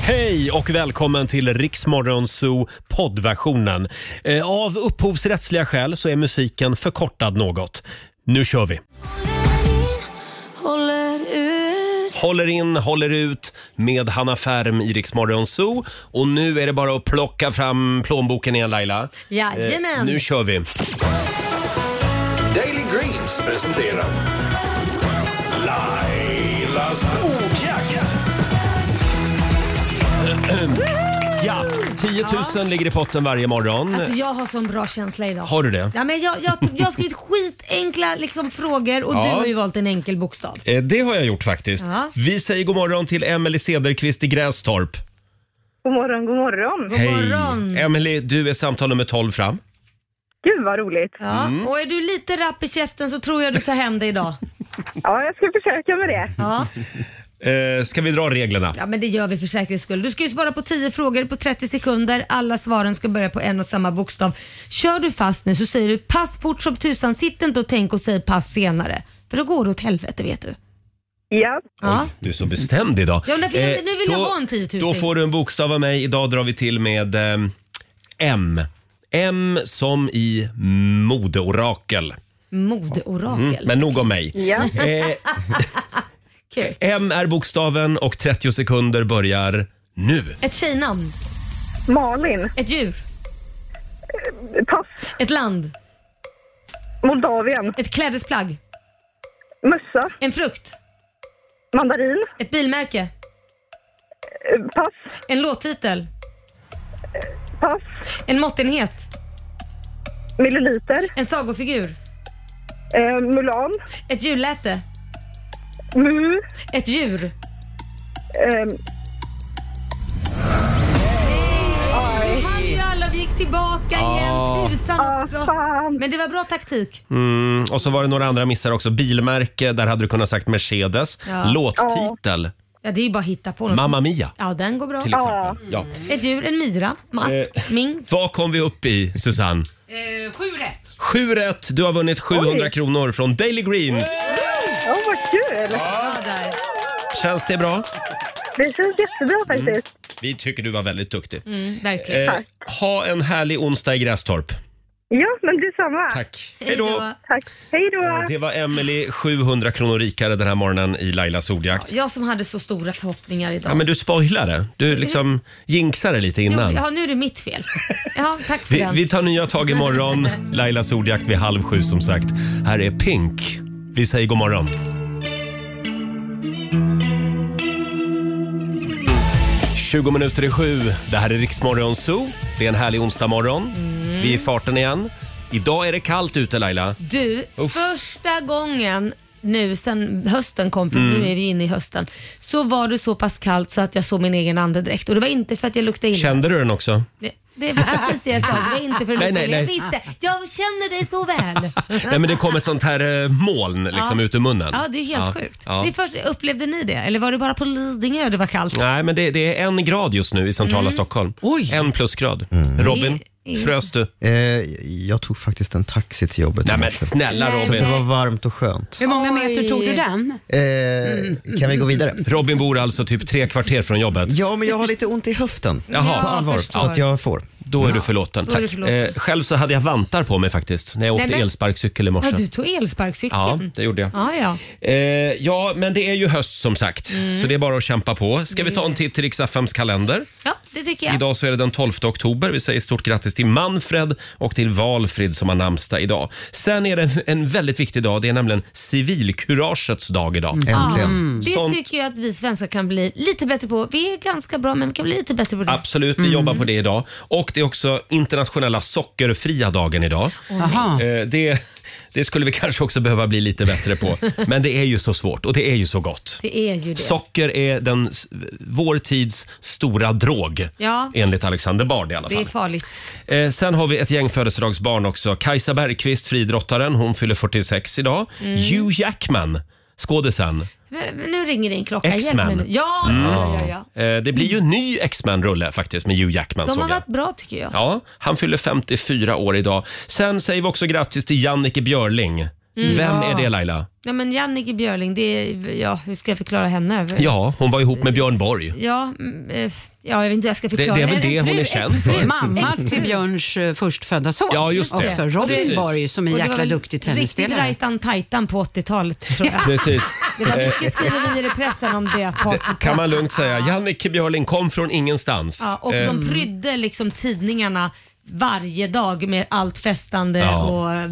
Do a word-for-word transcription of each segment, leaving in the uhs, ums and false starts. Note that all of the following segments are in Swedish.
Hej och välkommen till Rix Morgon Zoo poddversionen. Eh, av upphovsrättsliga skäl så är musiken förkortad något. Nu kör vi! Håller ut. Håller in, håller ut med Hanna Färm i Rix Morgon Zoo. Och nu är det bara att plocka fram plånboken igen, Laila. Jajamän. Eh, nu kör vi! Daily Greens presenterar Lailas ordjakt. Ja, tio tusen ligger i potten varje morgon. Alltså jag har sån bra känsla idag. Har du det? Ja, men jag, jag, jag har skrivit skitenkla liksom, frågor och Ja. du har ju valt en enkel bokstav. Eh, det har jag gjort faktiskt. Ja. Vi säger god morgon till Emelie Cederqvist i Grästorp. God morgon, god morgon. God morgon. Emelie, du är samtal nummer tolv fram. Gud vad roligt. Ja. Mm. Och är du lite rapp i käften så tror jag du tar hem det idag. Ja, jag ska försöka med det. Ja. Eh, ska vi dra reglerna? Ja, men det gör vi för säkerhets skull. Du ska ju svara på tio frågor på trettio sekunder. Alla svaren ska börja på en och samma bokstav. Kör du fast nu så säger du pass fort som tusan. Sitt inte och tänk och säg pass senare. För då går det åt helvete, vet du. Ja. Ja. Du är så bestämd idag. Ja, men nu vill jag då, ha en tio tusen. Då får du en bokstav av mig. Idag drar vi till med eh, M. M som i modeorakel. Modeorakel. Mm, men nog om mig. Ja. Eh, Kul. M är bokstaven och trettio sekunder börjar nu. Ett tjejnamn. Malin. Ett djur. Pass. Ett land. Moldavien. Ett klädesplagg. Mössa. En frukt. Mandarin. Ett bilmärke. Eh, Pass. En låttitel. Pass. En måttenhet. Milliliter. En sagofigur. Eh, Mulan. Ett julläte. Mu. Ett djur. Eh, Vi hann ju alla, vi gick tillbaka igen. Tusan ah, också. fan. Men det var bra taktik. Mm, och så var det några andra missar också. Bilmärke, där hade du kunnat sagt Mercedes. Ja. Låttitel, Ja, det är ju bara att hitta på något. Mamma Mia Ja, den går bra. till exempel. Ja. Ett djur, en myra, mask, Eh. mink. Vad kom vi upp i, Susanne? Eh, sju rätt. Sju rätt. Du har vunnit sjuhundra Oj. kronor från Daily Greens. Åh, vad kul. Ja, där. Känns det bra? Det känns jättebra faktiskt. Vi tycker du var väldigt duktig. Mm, verkligen. Eh, ha en härlig onsdag i Grästorp. Ja, men detsamma. Tack. Hej då. Tack. Hej då. Det var Emelie, sjuhundra kronor rikare den här morgonen i Lailas ordjakt. Jag som hade så stora förhoppningar idag. Ja, men du spoilade. Du liksom jinxade lite innan. Jo, ja, nu är det mitt fel. Ja, tack för Vi, den. vi tar nya tag imorgon. Lailas ordjakt vid halv sju som sagt. Här är Pink. Vi säger god morgon. tjugo minuter i sju. Det här är Rix Morgon Zoo. Det är en härlig onsdag morgon. Mm. Vi är i farten igen. Idag är det kallt ute, Laila. Du, Uff. första gången nu sen hösten kom, för Mm. nu är vi inne i hösten, så var det så pass kallt så att jag såg min egen andedräkt. Och det var inte för att jag luktade illa. Kände du den också? Det, det var precis det jag sa. Det var inte för att Nej, lukta nej, illa. Jag nej. visste. Jag känner dig så väl. Nej, men det kom ett sånt här eh, moln liksom Ja. ut ur munnen. Ja, det är helt Ja. sjukt. Ja. Det är först, upplevde ni det? Eller var det bara på Lidingö det var kallt? Nej, men det, det är en grad just nu i centrala Mm. Stockholm. Oj. En plusgrad. Robin, Det är- frös du? Eh, jag tog faktiskt en taxi till jobbet. Nej i men morse. snälla Nej. Så det Robin. var varmt och skönt. Hur många Oj. meter tog du den? Eh, kan vi gå vidare? Robin bor alltså typ tre kvarter från jobbet. Ja, men jag har lite ont i höften. Jaha. På allvar, förstår. så att jag får. Då är du förlåten. Då är du Tack. förlåten. Eh, själv så hade jag vantar på mig faktiskt när jag åkte Nej, men- elsparkcykel i morse. Ja, du tog elsparkcykeln. Ja, det gjorde jag. Ja, ja. Eh, ja, men det är ju höst som sagt. Mm. Så det är bara att kämpa på. Ska vi ta en titt till Rix F M:s kalender? Ja, det tycker jag. Idag så är det den tolfte oktober. Vi säger stort grattis till Manfred och till Valfrid som har namnsdag idag. Sen är det en, en väldigt viktig dag. Det är nämligen civilkuragets dag idag. Äntligen. Det Sånt- tycker jag att vi svenskar kan bli lite bättre på. Vi är ganska bra, men vi kan bli lite bättre på det. Absolut, vi jobbar på det idag. Och det är också internationella sockerfria dagen idag. Jaha. Eh, det, det skulle vi kanske också behöva bli lite bättre på. Men det är ju så svårt och det är ju så gott. Det är ju det. Socker är den, s- vår tids stora drog. Ja. Enligt Alexander Bard i alla Det är fall. farligt. Eh, sen har vi ett gäng födelsedagsbarn också. Kajsa Bergqvist, friidrottaren, hon fyller fyrtiosex idag. Mm. Hugh Jackman, skådisen. Men nu ringer din klocka. X-Men. Hjälp mig nu. Ja, ja, ja, ja. Eh, det blir ju en ny X-Men-rulle faktiskt med Hugh Jackman. De såg har jag. varit bra tycker jag. Ja, han fyller femtiofyra år idag. Sen säger vi också grattis till Jannike Björling. Mm. Vem är det, Laila? Ja, men Jannike Björling, det är, ja, hur ska jag förklara henne? Ja, hon var ihop med Björn Borg. Ja, mm, eh, ja jag vet inte hur jag ska förklara. Det- det är väl En- det en hon fru- är känd en för. fru- Mamma en till fru. Björns uh, förstfödda son. Ja, just det. Också Robin Precis. Borg som är Och det var jäkla väl duktig Riktigt tennisspelare. rajtan tajtan på åttiotalet tror jag. Precis. Det var mycket skriverier i pressen om det. På, Kan man lugnt säga. Jannike Björling kom från ingenstans. Ja, och Eh, de prydde liksom tidningarna varje dag med allt festande Ja. och eh,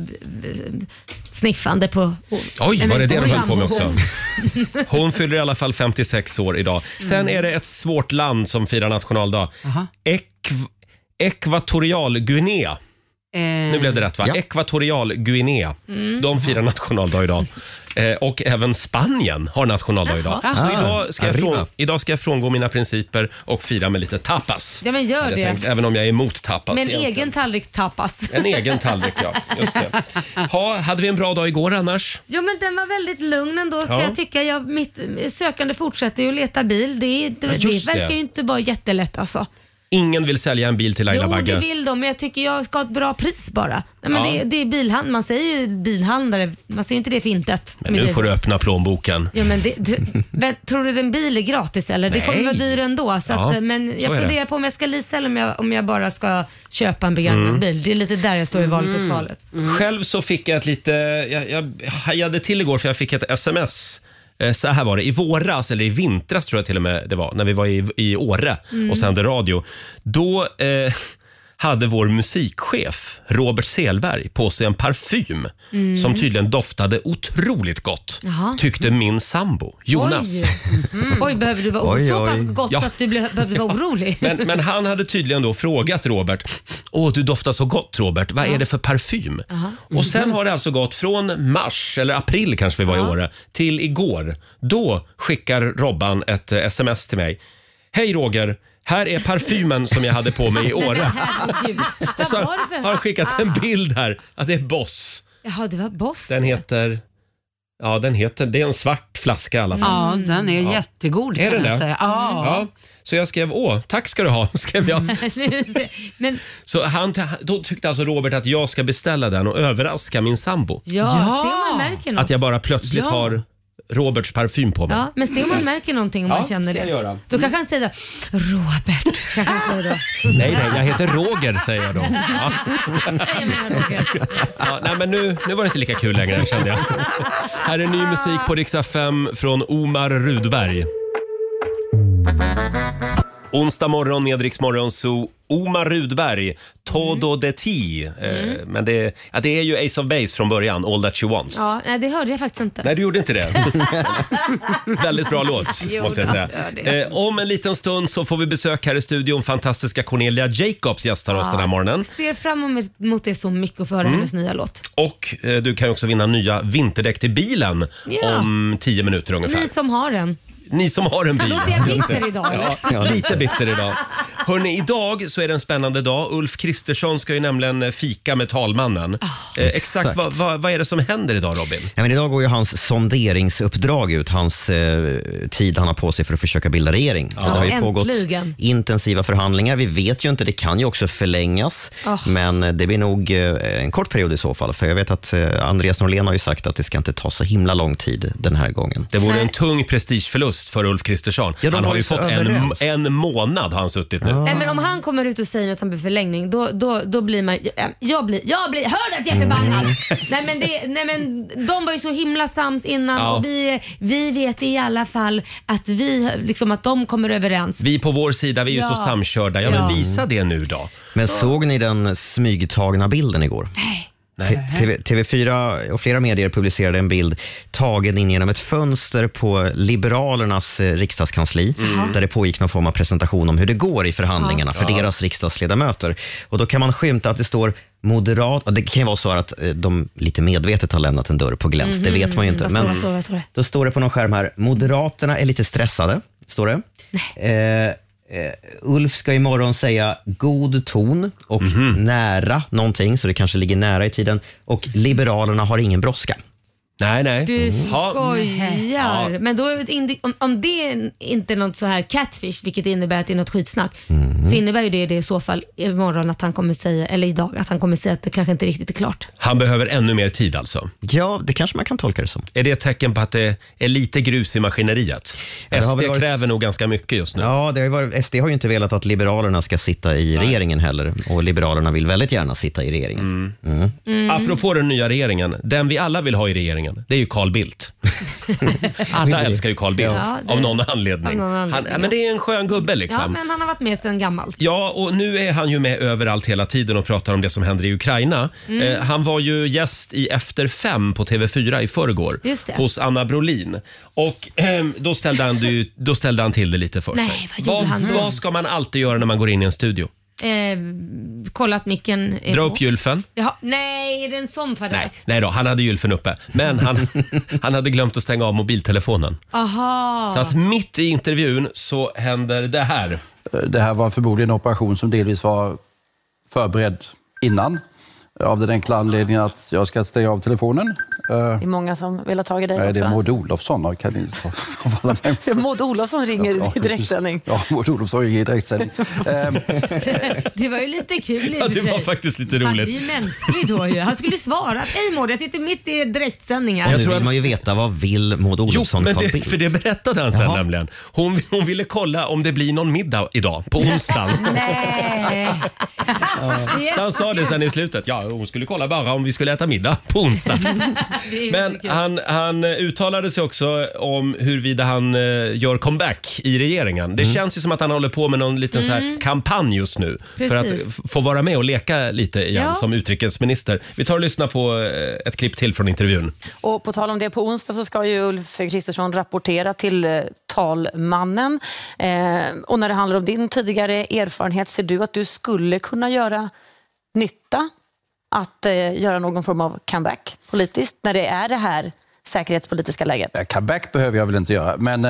sniffande på... Och, Oj, var det det de höll på med också? Ammunition. Hon fyller i alla fall femtiosex år idag. Sen är det ett svårt land som firar nationaldag. Aha. Ekv- Ekvatorialguinea. Eh, Nu blev det rätt va? Ja. Ekvatorialguinea. De firar nationaldag idag. Eh, och även Spanien har nationaldag idag. Jaha. Så Ah, idag ska, jag arriba. från, idag ska jag frångå mina principer och fira med lite tapas. Ja, men gör hade jag det. tänkt, även om jag är emot tapas. Med en egentligen. egen tallrik tapas. En egen tallrik, ja. Just det. Ha, hade vi en bra dag igår annars? Ja, men den var väldigt lugn ändå kan Ja. jag tycka. Jag, mitt sökande fortsätter ju att leta bil. Det, är- det, Ja, just det verkar det. ju inte vara jättelätt alltså. Ingen vill sälja en bil till Laila Jo, Bagge. det vill de, men jag tycker jag ska ha ett bra pris bara. Nej, men Ja. det, det är bilhandel. Man säger ju bilhandlare, man säger ju inte det för intet. Men nu får du öppna plånboken. Ja, men det, du, men, tror du att en bil är gratis eller? Det kommer Nej. vara dyr ändå. Så Ja, att, men så jag är det. funderar på om jag ska leasa eller om jag, om jag bara ska köpa en begagnad Mm. bil. Det är lite där jag står i valet och kvalet. Själv så fick jag ett lite... Jag, jag hajade till igår för jag fick ett sms. Eh, Så här var det. I våras, eller i vintras tror jag till och med det var, när vi var i, i Åre och sände radio. Då eh, hade vår musikchef Robert Selberg på sig en parfym som tydligen doftade otroligt gott. Jaha. Tyckte min sambo, Jonas. Oj, mm. Oj behöver du vara Oj, så pass oj. gott Ja. så att du ble, behövde vara orolig? Men, men han hade tydligen då frågat Robert, åh du doftar så gott Robert, vad är det för parfym? Och sen har det alltså gått från mars, eller april kanske vi var i Åre, till igår. Då skickar Robban ett eh, sms till mig. Hej Roger, här är parfymen som jag hade på mig i Åre. Herregud. Vad Så var det har för? han skickat en bild här, att det är Boss. Jaha, det var Boss. Den heter, ja den heter, det är en svart flaska i alla fall. Ja, den är jättegod Är kan den jag det? säga. Ja. Ja, så jag skrev, åh tack ska du ha, skrev jag. Men Så han, då tyckte alltså Robert att jag ska beställa den och överraska min sambo. ja, Ja. se om man märker något. Att jag bara plötsligt Ja. har Roberts parfym på mig. Ja, men se om man märker någonting om Ja, man känner ska det. jag göra. Då kanske han säger Robert. Kanske han säger då. Nej, nej, jag heter Roger säger jag då. Ja. Nej, jag menar Roger. Ja, nej, men nu, nu var det inte lika kul längre kände jag. Här är ny musik på Rix F M från Omar Rudberg. Onsdag morgon med Rix Morgon så Omar Rudberg, Todo de Ti. Eh, men det, ja, det är ju Ace of Base från början, All That She Wants. Ja, nej, det hörde jag faktiskt inte. Nej, du gjorde inte det. Väldigt bra låt, Jo, måste jag säga. ja, det. Eh, om en liten stund så får vi besök här i studion. Fantastiska Cornelia Jacobs gästar oss den här morgonen. Jag ser fram emot det så mycket och få höra Mm. hennes nya låt. Och eh, du kan ju också vinna nya vinterdäck till bilen Ja. om tio minuter ungefär. Ni som har den. Ni som har en bil. Låter jag Just bitter det. idag, eller? Ja, lite bitter idag. Hörrni, idag så är det en spännande dag. Ulf Kristersson ska ju nämligen fika med talmannen. Ah. eh, exakt vad, vad, vad är det som händer idag, Robin? Ja, men idag går ju hans sonderingsuppdrag ut, hans eh, tid han har på sig för att försöka bilda regering. Så det har ju pågått äntligen. intensiva förhandlingar. Vi vet ju inte, det kan ju också förlängas. Oh. Men det blir nog eh, en kort period i så fall. För jag vet att eh, Andreas Norlén har ju sagt att det ska inte ta så himla lång tid den här gången. Det vore Nej. en tung prestigeförlust för Ulf Kristersson. Ja, de han var har ju ju så fått en, överens. en månad har han suttit nu. Nej, men om han kommer ut och säger att han blir förlängning, då, då, då blir man... Jag, jag blir... Jag blir... Hör du att jag är förbannad? nej, men det, nej men de var ju så himla sams innan Ja. och vi, vi vet i alla fall att vi, liksom att de kommer överens. Vi på vår sida, vi är ju Ja. så samkörda. Ja, Ja. men visa det nu då. Men såg ni den smygtagna bilden igår? T- TV, T V fyra och flera medier publicerade en bild tagen in genom ett fönster på Liberalernas eh, riksdagskansli där det pågick någon form av presentation om hur det går i förhandlingarna för deras riksdagsledamöter. Och då kan man skymta att det står moderat, och det kan ju vara så att eh, de lite medvetet har lämnat en dörr på glänt, det vet man ju inte. Vad står Men det, så, vad står det? då står det på någon skärm här, Moderaterna är lite stressade, står det. Eh, Eh, Ulf ska imorgon säga god ton och nära någonting, så det kanske ligger nära i tiden. Och Liberalerna har ingen brådska. Nej, nej. Du Ja. skojar. Ja. Men då, om, om det är inte något så här catfish, vilket innebär att det är något skitsnack, mm. så innebär ju det, det i så fall imorgon att han kommer säga, eller idag, att han kommer säga att det kanske inte riktigt är klart. Han behöver ännu mer tid alltså. Ja, det kanske man kan tolka det som. Är det ett tecken på att det är lite grus i maskineriet? Ja, S D varit... kräver nog ganska mycket just nu. Ja, det har ju varit, S D har ju inte velat att Liberalerna ska sitta i Nej. regeringen heller. Och Liberalerna vill väldigt gärna sitta i regeringen. Mm. Mm. Mm. Apropå den nya regeringen, den vi alla vill ha i regeringen, det är ju Carl Bildt. Alla älskar ju Carl Bildt, ja, det... av någon anledning. Av någon anledning han, ja. Men det är en skön gubbe liksom. Ja, men han har varit med sedan gammalt. Ja, och nu är han ju med överallt hela tiden och pratar om det som händer i Ukraina. Mm. Eh, han var ju gäst i Efter fem på T V fyra i förrgår hos Anna Brolin. Och eh, då, ställde han, du, då ställde han till det lite för Nej, sig. vad, vad, han vad ska man alltid göra när man går in i en studio? Eh, kolla att micken är Dra upp gylfen. Jaha, nej, är det en sån fadäs? Nej, nej då, han hade gylfen uppe. Men han, han hade glömt att stänga av mobiltelefonen. Aha. Så att mitt i intervjun så händer det här. Det här var förmodligen en operation som delvis var förberedd innan. Av den enkla anledningen att jag ska stänga av telefonen. Det är många som vill ha tag i dig Nej, också. det är Maud Olofsson. Kan ni det är Maud Olofsson ringer ja, i direktsändning. Ja, Maud Olofsson ringer i direktsändning. Det var ju lite kul. Ja, det var faktiskt lite roligt. Han är ju mänsklig då ju. Han skulle svara. Hej Maud, jag sitter mitt i direktsändningen. Jag tror att man ju veta vad vill Maud Olofsson. Jo, men det, för det berättade han sen Jaha. nämligen. Hon, hon ville kolla om det blir någon middag idag på onsdagen. Nej. Så han sa det sen i slutet. Ja, hon skulle kolla bara om vi skulle äta middag på onsdag. Men han, han uttalade sig också om huruvida han uh, gör comeback i regeringen. Det mm. känns ju som att han håller på med någon liten mm. så här kampanj just nu. Precis. För att f- få vara med och leka lite igen ja. som utrikesminister. Vi tar och lyssnar på uh, ett klipp till från intervjun. Och på tal om det, på onsdag så ska ju Ulf Kristersson rapportera till uh, talmannen. Eh, och när det handlar om din tidigare erfarenhet, ser du att du skulle kunna göra nytta att eh, göra någon form av comeback politiskt när det är det här säkerhetspolitiska läget? Ja, comeback behöver jag väl inte göra, men eh,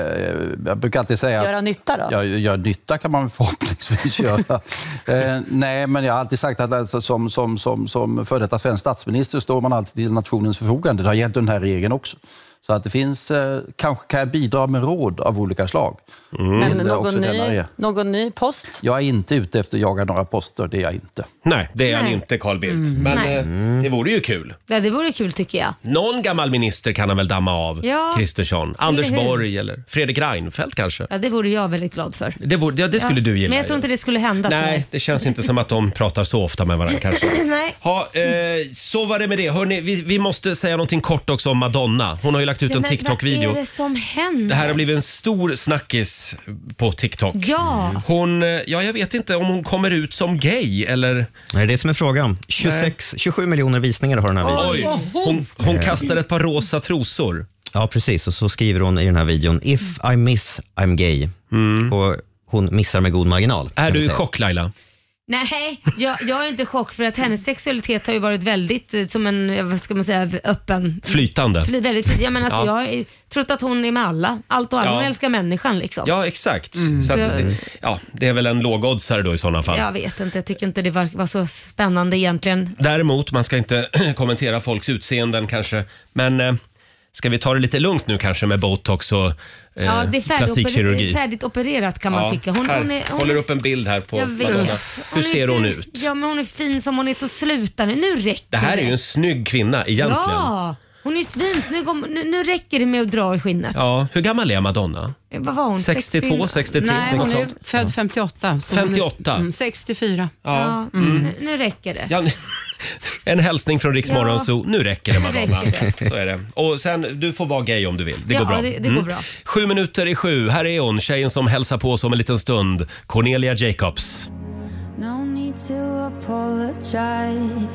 jag brukar alltid säga... Göra nytta då? Ja, göra nytta kan man förhoppningsvis göra. eh, nej, men jag har alltid sagt att alltså, som, som, som, som för detta svensk statsminister står man alltid till nationens förfogande. Det har gällt den här regeringen också. Så att det finns, eh, kanske kan jag bidra med råd av olika slag. Mm. Men någon ny, någon ny post? Jag är inte ute efter att jaga några poster, det är jag inte. Nej, det är Nej. han inte, Carl Bildt. Mm. Men eh, det vore ju kul. Ja, det vore kul tycker jag. Någon gammal minister kan han väl damma av, ja. Kristersson. Anders Borg eller Fredrik Reinfeldt kanske. Ja, det vore jag väldigt glad för. Det, vore, ja, det skulle ja. du gilla. Men jag tror inte det skulle hända. Nej, det känns inte som att de pratar så ofta med varandra kanske. Nej. Ha, eh, så var det med det. Hörrni, vi, vi måste säga någonting kort också om Madonna. Hon har ju lagt ut ja, en TikTok-video. Vad är det som händer? Det här har blivit en stor snackis på TikTok. Ja. Hon, ja, jag vet inte om hon kommer ut som gay eller... Nej, det är det som är frågan. tjugosex, tjugosju miljoner visningar har den här videon. Oj, hon, hon kastar ett par rosa trosor. Ja, precis. Och så skriver hon i den här videon: If I miss, I'm gay. Mm. Och hon missar med god marginal. Är du i chock, Laila? Nej, jag, jag är inte i chock för att hennes sexualitet har ju varit väldigt som en, vad ska man säga, öppen. Flytande. Fly, väldigt fly, jag menar, alltså, ja. jag har trott att hon är med alla. Allt och alla. Ja. Hon älskar människan liksom. Ja, exakt. Mm. Så att, jag, det, ja, det är väl en lågoddsare då i sådana fall. Jag vet inte, jag tycker inte det var, var så spännande egentligen. Däremot, man ska inte kommentera folks utseenden kanske, men eh, ska vi ta det lite lugnt nu kanske med botox och eh, ja, det är plastikkirurgi? Färdigt opererat kan man ja, tycka. Hon, här, hon är, hon, håller upp en bild här på Madonna. Hur hon ser hon fin, ut? Ja, men hon är fin som hon är så slutande. Nu räcker det. Det här är ju en snygg kvinna egentligen. Ja, hon är svinsnygg. Nu, nu räcker det med att dra i skinnet. Ja, hur gammal är Madonna? Vad var hon? sextiotvå, sextiotre? Nej, hon är född femtioåtta. femtioåtta? Mm, sextiofyra. Ja, ja mm. nu, nu räcker det. Ja, en hälsning från Rix Morgon, så nu räcker det, Madonna. Räcker det. Så är det. Och sen, du får vara gay om du vill. Det ja, går bra. Det, det går bra. Mm. Sju minuter i sju. Här är hon, tjejen som hälsar på oss om en liten stund. Cornelia Jacobs. No need to apologize.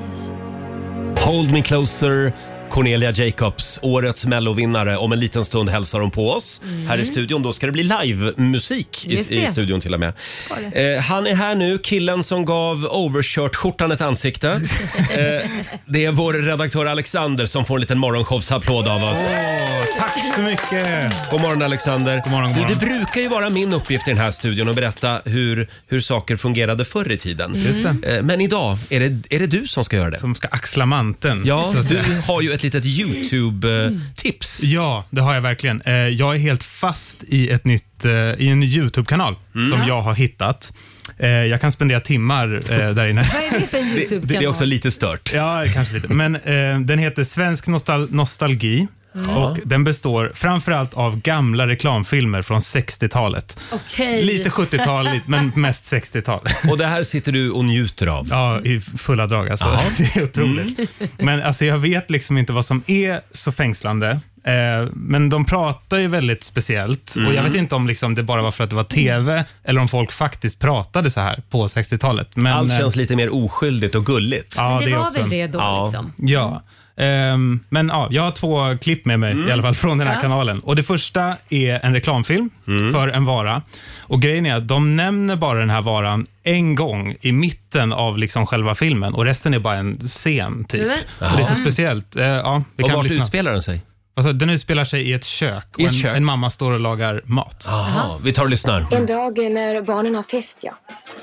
Hold me closer. Cornelia Jacobs, årets mellovinnare. Om en liten stund hälsar hon på oss mm. här i studion. Då ska det bli live-musik i, i studion till och med. Eh, han är här nu, killen som gav Overshirt-skjortan ett ansikte. eh, det är vår redaktör Alexander som får en liten morgonshowsapplåd av oss. Oh, tack så mycket! God morgon, Alexander. God morgon, god morgon. Det brukar ju vara min uppgift i den här studion att berätta hur, hur saker fungerade förr i tiden. Mm. Just det. Eh, men idag är det, är det du som ska göra det. Som ska axla manteln. Ja, du har ju ett ett litet YouTube-tips. Ja, det har jag verkligen. Eh, Jag är helt fast i ett nytt, eh, i en YouTube-kanal Mm. som jag har hittat. Eh, Jag kan spendera timmar eh, där inne. Vad är det för YouTube-kanal? Det är också lite stört. Ja, kanske lite. Men eh, den heter Svensk nostal- nostalgi. Mm. Och den består framförallt av gamla reklamfilmer från sextiotalet. Okej. Lite sjuttiotal, lite- men mest sextiotal. Och det här sitter du och njuter av? Ja, i fulla drag. Alltså. Ja. Det är otroligt. Men alltså, jag vet liksom inte vad som är så fängslande. Eh, men de pratar ju väldigt speciellt. Mm. Och jag vet inte om liksom det bara var för att det var tv eller om folk faktiskt pratade så här på sextiotalet. Men, Allt eh, känns lite mer oskyldigt och gulligt. Ja, Men det, är var också väl en- det då Ja. liksom? Ja, ehm, men ja, jag har två klipp med mig i alla fall från den här Ja. kanalen. Och det första är en reklamfilm för en vara. Och grejen är att de nämner bara den här varan en gång i mitten av liksom själva filmen. Och resten är bara en scen typ. Mm. Och det är så speciellt. Eh, ja, vi Och kan vart lyssna. utspelar den sig? Alltså, den utspelar sig i ett kök. Och I ett en, kök? en mamma står och lagar mat. Jaha, vi tar och lyssnar. En dag när barnen har fest, ja.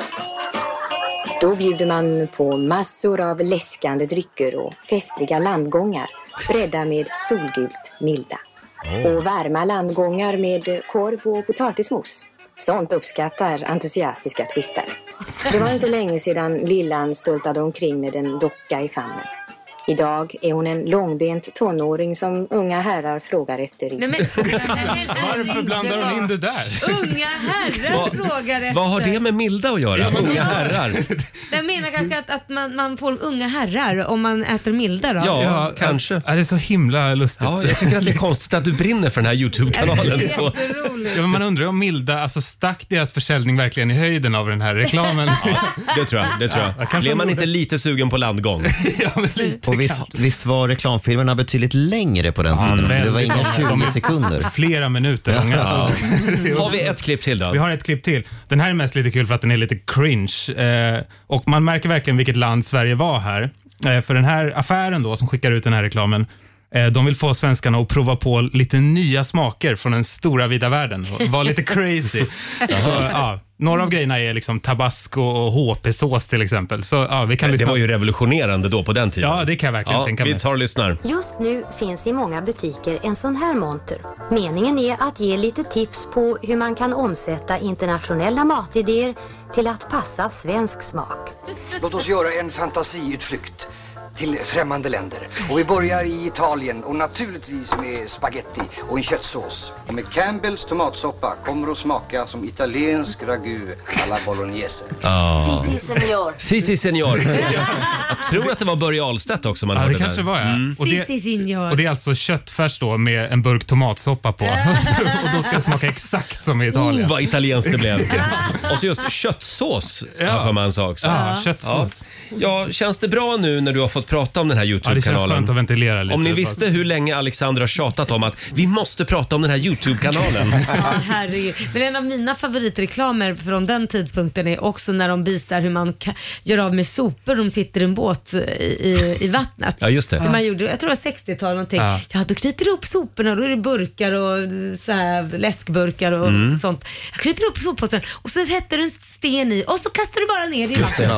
Då bjuder man på massor av läskande drycker och festliga landgångar, bredda med solgult milda. Och varma landgångar med korv och potatismos. Sånt uppskattar entusiastiska twistare. Det var inte länge sedan Lillan stultade omkring med en docka i famnen. Idag är hon en långbent tonåring som unga herrar frågar efter. Nej, men, Varför blandar hon in det där? Unga herrar Vad- frågar efter. Vad har det med milda att göra? Unga herrar. Jag menar kanske att, att man, man får unga herrar om man äter milda då. Ja, kanske. Ja, det är så himla lustigt. Ja, jag tycker att det är konstigt att du brinner för den här YouTube-kanalen. Så. Jätteroligt. Ja, men man undrar om Milda, alltså stack deras försäljning verkligen i höjden av den här reklamen? Det tror jag. Det tror Ja, jag. kanske Blir man de inte borde. lite sugen på landgång? Ja, men lite Och visst, visst var reklamfilmerna betydligt längre på den Ja, tiden? För det var väldigt inga långa. De tjugo är sekunder. flera minuter långa. Ja. Alltså. Har vi ett klipp till då? Vi har ett klipp till. Den här är mest lite kul för att den är lite cringe. Eh, och man märker verkligen vilket land Sverige var här. Eh, för den här affären då som skickar ut den här reklamen, eh, de vill få svenskarna att prova på lite nya smaker från den stora vida världen. Och var lite crazy. Så, ja, några av grejerna är liksom tabasco och H P-sås till exempel. Så ja, vi kan Det lyssna. var ju revolutionerande då på den tiden. Ja, det kan jag verkligen Ja, tänka mig. vi tar och lyssnar. Just nu finns i många butiker en sån här monter. Meningen är att ge lite tips på hur man kan omsätta internationella matidéer till att passa svensk smak. Låt oss göra en fantasiutflykt till främmande länder. Och vi börjar i Italien och naturligtvis med spaghetti och en köttsås. Och med Campbells tomatsoppa kommer att smaka som italiensk ragu alla bolognese. Ja. Si, si, senor. Si, si, senor. Jag tror att det var Börje Ahlstedt också man Ja, hörde det kanske där. var, ja. Mm. Och det, Sissi signor. och det är alltså köttfärs då med en burk tomatsoppa på. Och då ska det smaka exakt som i Italien. Oh, vad italienskt det blev. Och så just köttsås ja. får man sa också. Ja, köttsås. Ja. Ja, känns det bra nu när du har fått prata om den här Ja, det känns YouTube-kanalen? skönt att ventilera lite. Om ni visste hur länge Alexandra har tjatat om att vi måste prata om den här YouTube-kanalen. Ja, herregud. Men en av mina favoritreklamer från den tidpunkten är också när de visar hur man ka- gör av med sopor. De sitter i en båt i, i, i vattnet. Ja, just det. Hur man gjorde, jag tror det var sextiotal någonting. Ja. Ja, då knyter du upp soporna och då är det burkar och så här läskburkar och Mm. sånt. Jag kryper upp soppåsen och så sätter du en sten i och så kastar du bara ner det i vattnet.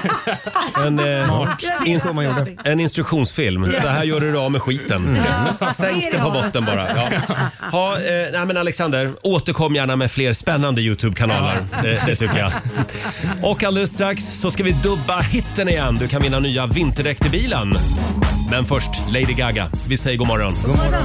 En, eh, In- Så man gjorde. en instruktionsfilm. Så här gör du dig av med skiten. Ja. Sänk den på botten bara. Ja. Ha, eh, nej men Alexander, återkom gärna med fler spännande YouTube-kanaler. Det, det tycker jag. Och alldeles strax så ska vi dubba hitten igen. Du kan vinna nya vinterdäck till bilen. Men först Lady Gaga. Vi säger god morgon. God morgon.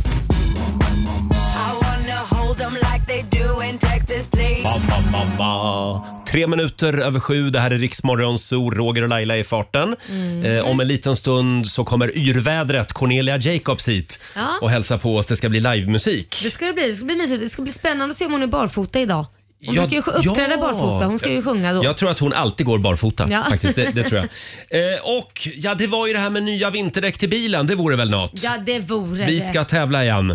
Ba, ba, ba, ba. Tre minuter över sju. Det här är Riksmorgon Zoo. Roger och Laila är i farten. Mm. Eh, om en liten stund så kommer yrvädret Cornelia Jacobs hit Ja. och hälsa på oss. Det ska bli livemusik. Det ska det bli. Det ska bli mysigt. Det ska bli spännande att se om hon är barfota idag. Hon Ja, brukar ju uppträda ja. barfota. Hon ska ju sjunga då. Jag tror att hon alltid går barfota. Ja. Faktiskt, det, det tror jag. Eh, och ja, det var ju det här med nya vinterdäck till bilen. Det vore väl något. Ja, det vore Vi det. ska tävla igen.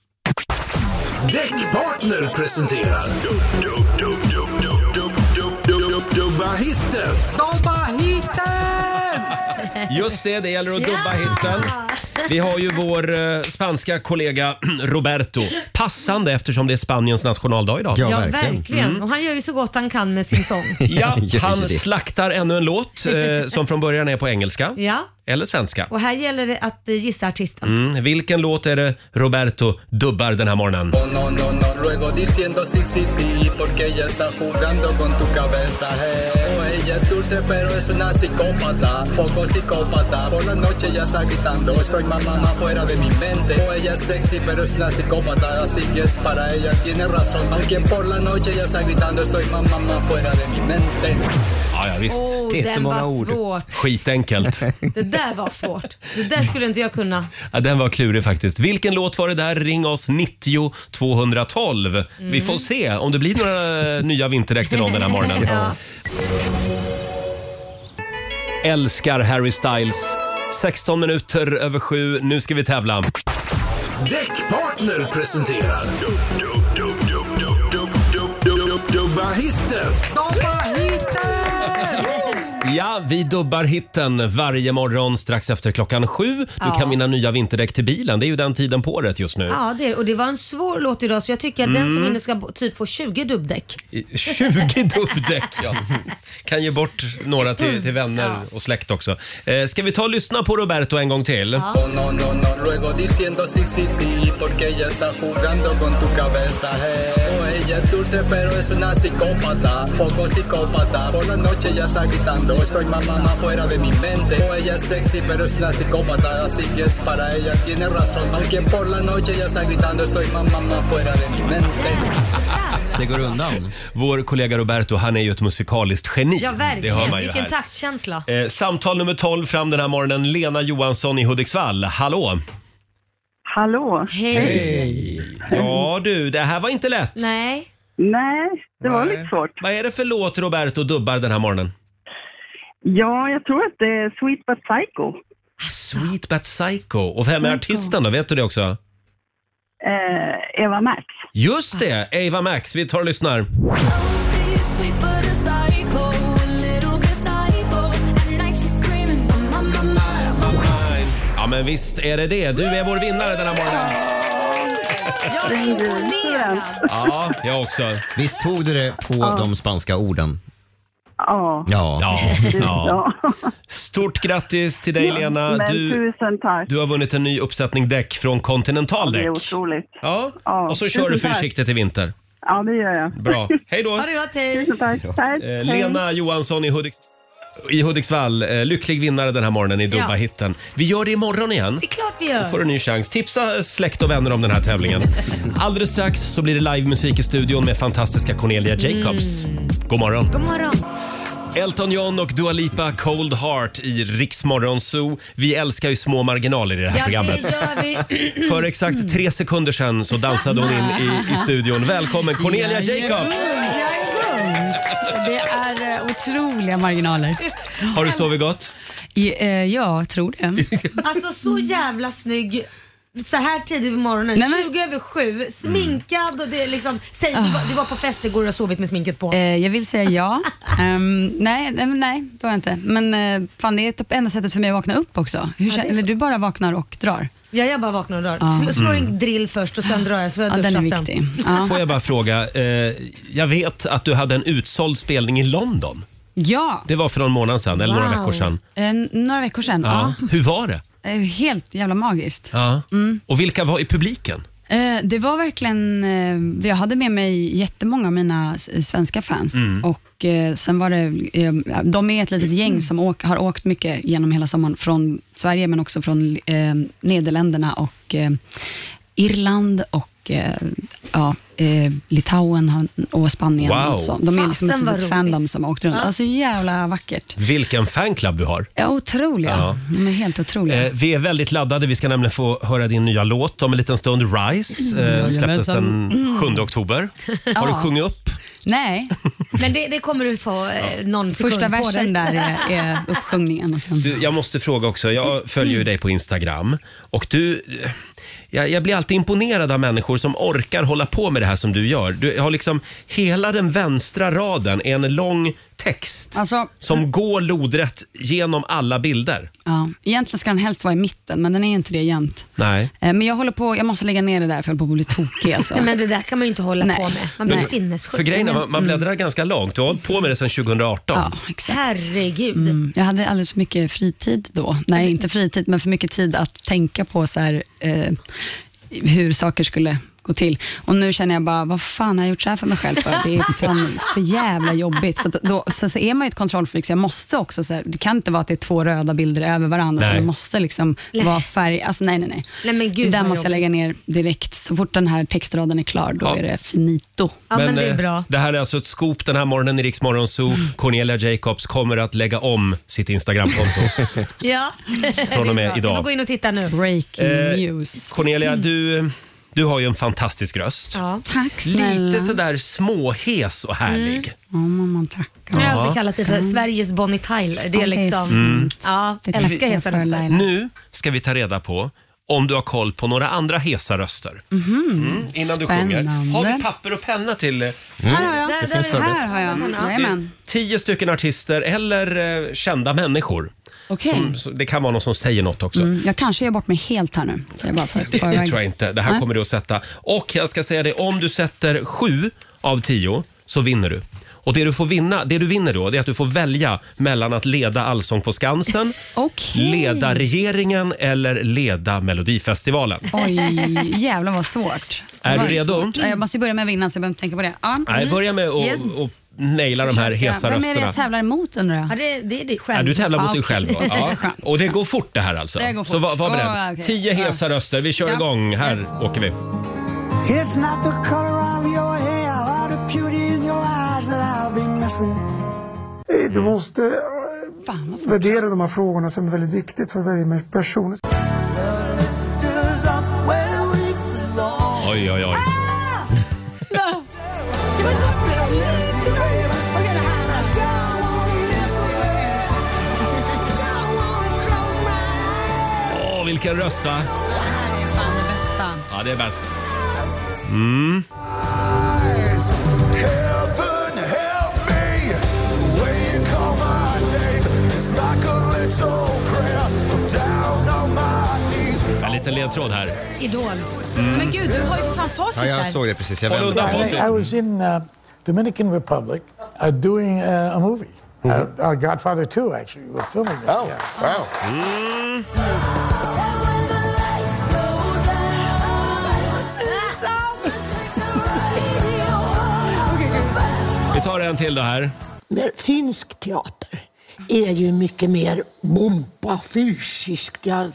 Däckpartner presenterar Dub, dub, dub, dub, dub, dub, dub, dub, dub, Dubba hitten. Just det, det gäller att dubba hitten. Vi har ju vår eh, spanska kollega Roberto. Passande eftersom det är Spaniens nationaldag idag. Ja, verkligen. Mm. Och han gör ju så gott han kan med sin sång. Ja, han slaktar ännu en låt eh, som från början är på engelska. Ja. Eller svenska. Och här gäller det att eh, gissa artisten. Mm. Vilken låt är det Roberto dubbar den här morgonen? No, no, no, luego diciendo sí, sí, sí, porque ella está jugando con tu cabeza, hey. Oh, ella es dulce pero es una psicópata, poco psicópata, por la noche ya está gritando, estoy mamá fuera de mi mente. Oh, ella es sexy pero es una psicópata, así que es para ella, tiene razón, aunque por la noche ya está gritando, estoy mamá fuera de mi mente. Ja, ja visst. Oh, det är så många ord. Svårt. Skitenkelt. Det där var svårt. Det där skulle inte jag kunna. Ja, den var klurig faktiskt. Vilken låt var det där? Ring oss nittio tvåhundratolv. Mm. Vi får se om det blir några nya vinterdäck någon den här morgonen. Ja. Älskar Harry Styles. sexton minuter över sju. Nu ska vi tävla. Däckpartner presenterar Dub, dub, dub, dub, dub, dub, dub, dub, dub, dubba hitten. Dubba hitten! Ja, vi dubbar hitten varje morgon strax efter klockan sju. Du Ja. kan vinna nya vinterdäck till bilen. Det är ju den tiden på året just nu. Ja, det, och det var en svår låt idag så jag tycker att Mm. den som vinner ska typ få tjugo dubbdäck. tjugo dubbdäck, ja. Kan ge bort några till, till vänner Ja. och släkt också. Eh, ska vi ta och lyssna på Roberto en gång till? No, no, no, no, luego diciendo sí, sí, sí, porque ella está jugando con tu cabeza, hey. Oh, ella es dulce pero es una psicópata, poco psicópata, por la noche ya está gritando, estoy mamá fuera de mi mente. Oh, ella es sexy pero es una psicópata, así que es para ella, tiene razón, aunque por la noche ya está gritando, estoy mamá fuera de mi mente. Det går undan. Vår kollega Roberto, han är ju ett musikaliskt geni. Ja, Det verkligen. hör man ju Vilken här. taktkänsla. Eh, samtal nummer tolv fram den här morgonen. Lena Johansson i Hudiksvall. Hallå! Hallå. Hej. Ja du, det här var inte lätt. Nej. Nej, det var Nej. lite svårt. Vad är det för låt Roberto dubbar den här morgonen? Ja, jag tror att det är Sweet But Psycho. Sweet But Psycho. Och vem är artisten då? Vet du det också? Eh, Eva Max. Just det, Eva Max. Vi tar och lyssnar. Ja men visst är det det. Du är vår vinnare den här morgonen. Jag är imponerad. Ja, jag också. Visst tog du det på Ja. de spanska orden? Ja. Ja. Ja, ja. Ja. Stort grattis till dig Lena. Men Du, tusen tack. du har vunnit en ny uppsättning däck från Continental Det är däck. otroligt. Ja, Ja, och så kör du tusen tack. försiktigt i vinter. Ja, det gör jag. Bra. Hej då. Ha det gott, hej. Tusen tack. Tack. Eh, Hej. Lena Johansson i, Hudik i Hudiksvall. Eh, lycklig vinnare den här morgonen i Dubba Ja. hitten. Vi gör det imorgon igen. Det är klart vi Då gör. får du en ny chans. Tipsa släkt och vänner om den här tävlingen. Alldeles strax så blir det livemusik i studion med fantastiska Cornelia Jacobs. God morgon. God morgon. Elton John och Dua Lipa, Cold Heart i Rix Morgon Zoo. Vi älskar ju små marginaler i det här Ja, programmet. det gör vi. För exakt tre sekunder sedan så dansade hon in i, i studion. Välkommen Cornelia Jacobs! Det är eh, otroliga marginaler. Har du sovit gott? I, eh, ja, tror det. Alltså så jävla snygg. Så här tidigt på morgonen, Nej, men- tjugo över sju, sminkad och det är liksom, säg, du, var, du var på fest igår och har sovit med sminket på. Eh, jag vill säga ja. Ehm, nej, nej, nej, det var jag inte. Men eh, fan, det är typ enda sättet för mig att vakna upp också. Hur, Ja, det är kän- eller så. du bara vaknar och drar. Ja, jag bara vaknar och drar. Ja. Sl- Slår Mm. en drill först och sen drar jag så jag Ja, den duschar är sen. viktig. Ja. Får jag bara fråga, eh, jag vet att du hade en utsåld spelning i London. Ja, Det var för någon månad sedan, eller några Wow. veckor sedan. eh, några veckor sedan. Ja. Ja. Hur var det? Eh, helt jävla magiskt. Ja. Mm. Och vilka var i publiken? Eh, det var verkligen, eh, jag hade med mig jättemånga av mina s- svenska fans Mm. och eh, sen var det, eh, de är ett litet gäng som åk, har åkt mycket genom hela sommaren från Sverige men också från eh, Nederländerna och eh, Irland och eh, ja, eh, Litauen har- och Spanien. Wow. Och så. De är liksom Fasen ett vad litet roligt. fandom som har åkt runt. Ja. Alltså jävla vackert. Vilken fanclub du har. Ja, otroliga. Ja. De är helt otroliga. Eh, vi är väldigt laddade. Vi ska nämligen få höra din nya låt om en liten stund. Rise eh, släpptes den Mm. sjunde oktober. Har du Ja. sjungit upp? Nej, Men det, det kommer du få eh, någon sekund första på dig. versen där är, är uppsjungningen. Och sen. Du, jag måste fråga också. Jag följer ju dig på Instagram och du... Jag, jag blir alltid imponerad av människor som orkar hålla på med det här som du gör. Du har liksom hela den vänstra raden är en lång text Alltså, som går lodrätt genom alla bilder. Ja, egentligen ska den helst vara i mitten, men den är inte det jämt. Nej. Eh, Men jag håller på, jag måste lägga ner det där för jag håller på att bli tokig. Alltså. Nej, men det där kan man ju inte hålla Nej. på med. Man blir Men- sinnessjuk. För grejen är, man, man Mm. bläddrar ganska långt. Du har hållit på med det sedan tjugohundraarton. Ja, exakt. Herregud. Mm. Jag hade alldeles för mycket fritid då. Nej, inte fritid, men för mycket tid att tänka på så här, eh, hur saker skulle gå till. Och nu känner jag bara, vad fan har jag gjort så här för mig själv för? Det är fan för jävla jobbigt. För då, så, så är man ju ett kontrollfreak, så jag måste också, så här, det kan inte vara att det är två röda bilder över varandra. Nej. Det måste liksom Nej. vara färg. Alltså nej, nej, nej. Nej, men gud, Där vad måste jag lägga ner direkt. Så fort den här textraden är klar, då Ja. är det finito. eh, det här är alltså ett scoop den här morgonen i Rix Morgon Zoo. Cornelia Jacobs kommer att lägga om sitt Instagramkonto. Ja. Från och med Det är bra. idag. Vi får gå in och titta nu. Breaking Eh, news. Cornelia, du, du har ju en fantastisk röst. Ja. Tack snälla. Lite sådär småhes och härlig. Mm. Ja, mamma, tack. Jag har Ja. alltid kallat det för Sveriges Bonnie Tyler. Det är Ja, det är liksom... Mm. Ja, Det är älskar det hesa för röster. Laila. Nu ska vi ta reda på om du har koll på några andra hesa röster. Mhm. Mm, innan du sjunger. Spännande. Har vi papper och penna till? Här har jag. Där- Det där finns är- förberett. Här har jag. Mm. Det är Jajamän. tio stycken artister eller eh, kända människor. Okej. Som, så- det kan vara någon som säger något också. Mm, jag kanske gör bort mig helt här nu. Så jag bara för, Det, för det tror jag inte. Det här Nej. kommer du att sätta. Och jag ska säga det, om du sätter sju av tio så vinner du. Och det du får vinna, det du vinner då, det är att du får välja mellan att leda Allsång på Skansen, Okej. leda regeringen eller leda Melodifestivalen. Oj, jävlar vad svårt. Det Är var du redo? svårt. Jag måste ju börja med att vinna så jag behöver inte tänka på det. Ja. Nej, Mm. börja med att Yes. och naila de här Försöka. hesa Vem är det rösterna. jag tävlar emot undrar jag? Ja, det, det är dig själv. Ja, du tävlar mot Ah, dig okej. själv då. Ja. Skönt. Och det går fort det här alltså. Det går Så fort. var, var beredd. Åh, okej. Tio Ja. hesa röster. Vi kör Ja. igång. Här Yes. åker vi. It's not the color of your hair or the beauty in your eyes that I'll be missing. Du måste eh, värdera de här frågorna som är väldigt viktigt för varje person. Oj, oj, oj. Åh, vilken röst va? Det är fan det bästa. Ja, det är bäst. Mm. En liten ledtråd här. Idol. Mm. Men gud, du har ju för fan facit Ja, jag där. såg det precis. Jag Håll vände undan på facit. det. I was in uh, Dominican Republic uh, doing uh, a movie. Uh, uh, Godfather two, actually. We're filming that. Oh, yeah. Mm. Vi tar en till då här. Men finsk teater är ju mycket mer bomba, fysiskt. Jag...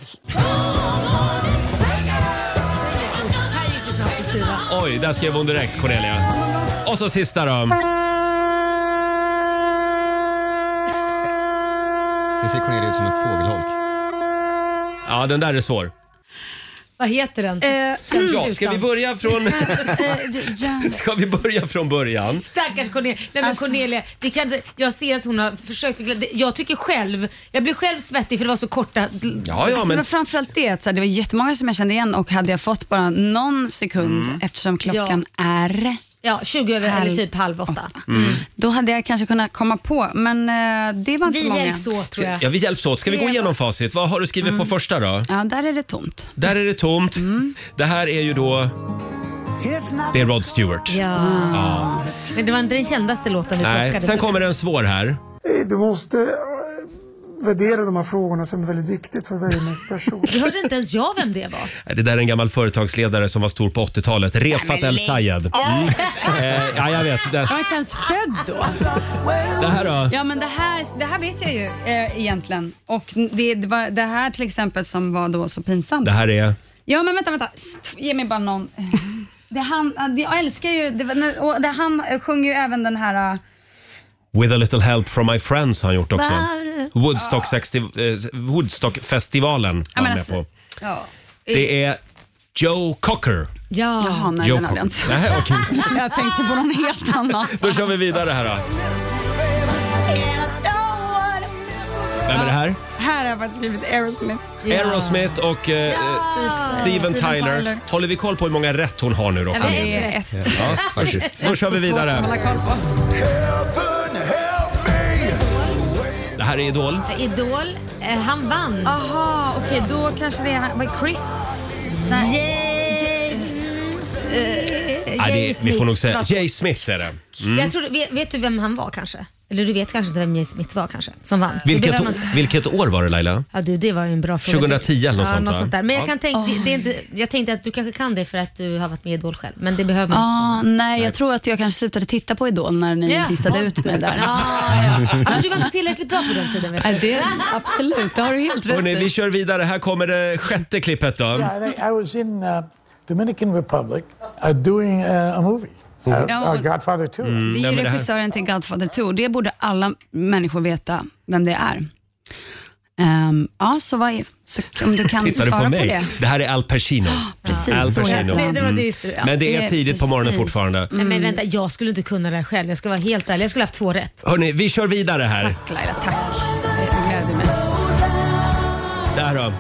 Oj, där skrev hon direkt, Cornelia. Och så sista då. Nu ser Cornelia ut som en fågelholk. Ja, den där är svår. Vad heter den? Ja, ska vi börja från... Ska vi börja från början? Stackars Cornelia. Nej, men Alltså- Cornelia, vi kan, inte- jag ser att hon har försökt förklara. Jag tycker själv, jag blev själv svettig för det var så korta. Ja, ja, Alltså, det men... var framförallt det att så här, det var jättemånga som jag kände igen och hade jag fått bara någon sekund Mm. eftersom klockan är Ja, tjugo över halv eller typ halv åtta. Mm. då hade jag kanske kunnat komma på, men eh, det var inte Vi många. hjälps åt tror jag. Ja, vi hjälps åt. Ska vi gå igenom facit? Vad har du skrivit på första då? Ja, där är det tomt. Där är det tomt. Det här är ju då... Det är Rod Stewart. Ja. Ja. Men det var inte den kändaste låten vi Nej, plockade. sen kommer en svår här. Eh, Du måste eh, värdera de här frågorna som är väldigt viktigt för varje person. Du hörde inte ens jag vem det var. Det där är en gammal företagsledare som var stor på åttiotalet. Refat El Sayed. Mm. Eh, ja, jag vet. Det, Jag var inte ens född då. det här då? Ja, men det här, det här vet jag ju eh, egentligen. Och det, det var det här till exempel som var då så pinsamt. Det här är... Ja, men vänta, vänta. St- Ge mig bara någon. Det han, det, jag älskar ju, det, var- när- och det, han sjunger ju även den här... With a little help from my friends har han gjort också. Var- Woodstock, sextio, eh, Woodstock-festivalen var han med alltså, på. Ja. Det är Joe Cocker. Ja. Jaha, nej, Joe den hade jag inte. Cocker. Nej, okej. Jag tänkte på någon helt annan. Då kör vi vidare här då. Vem är det här? Här har jag faktiskt skrivit Aerosmith. Aerosmith och eh, Steven Tyler. Tyler. Håller vi koll på hur många rätt hon har nu då? Ja, det är ett. Ja, faktiskt. Då kör vi vidare. Hålla koll på. här är Idol. Idol, eh, han vann. Aha, okej, okay, då kanske det är vad Chris. Nej. Jay, uh, ja, det, vi får nog säga Jay Smith är det. Mm. Jag tror, vet, vet du vem han var kanske? Eller du vet kanske inte vem Jay Smith var kanske, som vann. Vilket, å, vilket år var det, Laila? Ja, du, det var en bra fråga. tjugohundratio eller något, ja, sånt, något sånt där. Men jag, ja. kan tänka, det, det är inte, jag tänkte att du kanske kan det för att du har varit med i Idol själv. Men det behöver man ah, inte. Nej, jag tror att jag kanske slutade titta på Idol när ni ja. dissade ut mig där. Ja, ja. Men du var inte tillräckligt bra på den tiden. Vet du? Det, absolut, det har du helt rätt. Hörrni, vi kör vidare. Här kommer det sjätte klippet då. Yeah, I was in uh, Dominican Republic uh, doing uh, a movie. Uh, ja, uh, Godfather two. Mm, det är ju regissören till Godfather two. Det borde alla människor veta vem det är. Um, ja, så, vad är, så om du kan Tittar svara du på, mig? på det. Det här är Al Pacino. Oh, precis. Al Pacino. Det, det var det just, ja. Men det är tidigt på morgonen fortfarande. Mm. Nej, men vänta, jag skulle inte kunna det här själv. Jag ska vara helt ärlig. Jag skulle ha haft två rätt. Hörrni, vi kör vidare här. Tack Laila, tack. Det gläder mig. Där då.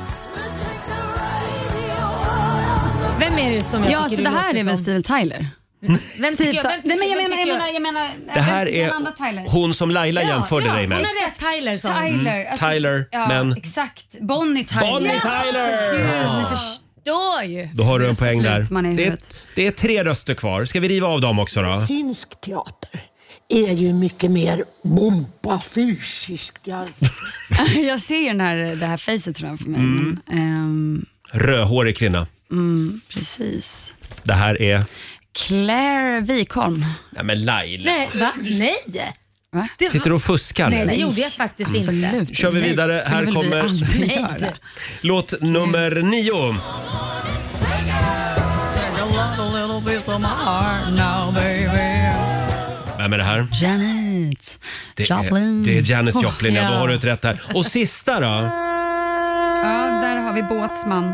Vem är det som jag Ja, tycker så det här är väl Steven Tyler? Vem tycker jag? Vem, Nej, men jag vem menar, jag menar, jag menar det här den är andra Tyler. hon som Laila ja, jämförde ja, dig med. Hon är rätt, Tyler sa hon. Tyler, Mm. alltså, Tyler, ja, men... exakt. Bonnie Tyler. Bonnie Tyler! Alltså, gud, ja. ni förstår ju. Då har du en poäng där. Det är, är, det är tre röster kvar. Ska vi riva av dem också då? Finsk teater är ju mycket mer bomba fysiskt. Jag ser den här, det här facet framför mig. Mm. Men, um... Rödhårig kvinna. Mm, precis. Det här är... Claire Wikholm. Nej men Laila. Nej, va? Nej. Va? Sitter du och fuskar? Nej, det gjorde jag faktiskt Absolut. inte. Kör vi vidare. Här kommer låt nummer nio. Vem är det här? Janet det Joplin. Är, det är Janis Joplin, ja. Ja. Då har du ett rätt här. Och sista då? Ja, där har vi Båtsman.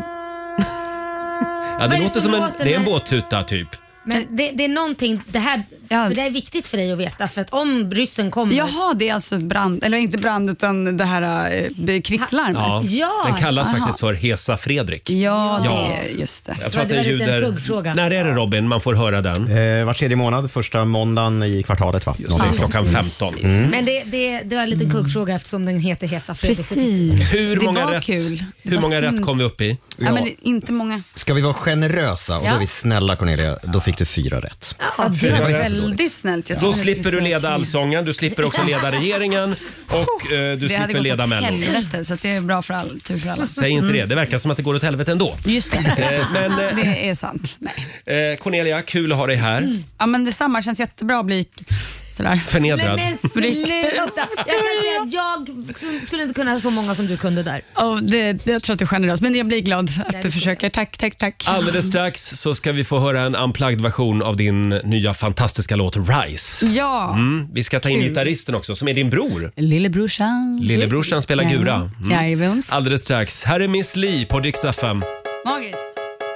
Ja, det låter som en, det är en båttuta typ. Men det, det är någonting, det här, ja. för det är viktigt för dig att veta, för att om ryssen kommer... Jaha, det är alltså brand, eller inte brand utan det här äh, krigslarmet. Ja, ja. Den kallas Aha. faktiskt för Hesa Fredrik. Ja, det ja. är just det. Jag tror att det det var lite en ljuder... kuggfråga. När är det Robin man får höra den? Eh, var tredje månad, första måndagen i kvartalet va? Just det, klockan femton. Mm. Men det, det, det var en liten kuggfråga eftersom den heter Hesa Fredrik. Precis. Hur det många var rätt, kul. hur många rätt kom vi upp i? Ja, Ja. men inte många. Ska vi vara generösa och Ja. då är vi snälla Cornelia, då fick du fyra rätt. Ja, det var väldigt snällt. Jag Då tror det slipper skulle du säga leda tre. allsången, du slipper också leda regeringen och eh, du Det hade slipper gått leda åt Mello. helvete, så att det är bra för, all, tur för alla. Säg inte det, det verkar som att det går åt helvete ändå. Just det, Eh, men, eh, det är sant. Nej. Eh, Cornelia, kul att ha dig här. Mm. Ja, men detsamma, känns jättebra att bli sådär. Förnedrad. Men sluta. Jag kan säga att jag skulle inte kunna så många som du kunde där. Oh, det, det, jag tror att du är generös, men jag blir glad att du försöker. Tack, tack, tack. Alldeles strax så ska vi få höra en unplugged version av din nya fantastiska låt Rise. Ja. Mm, vi ska ta in Kul. gitarristen också, som är din bror. Lillebrorsan. Lillebrorsan spelar gura. Mm. Jajamens. Alldeles strax. Här är Miss Li på Dix F M. Magiskt.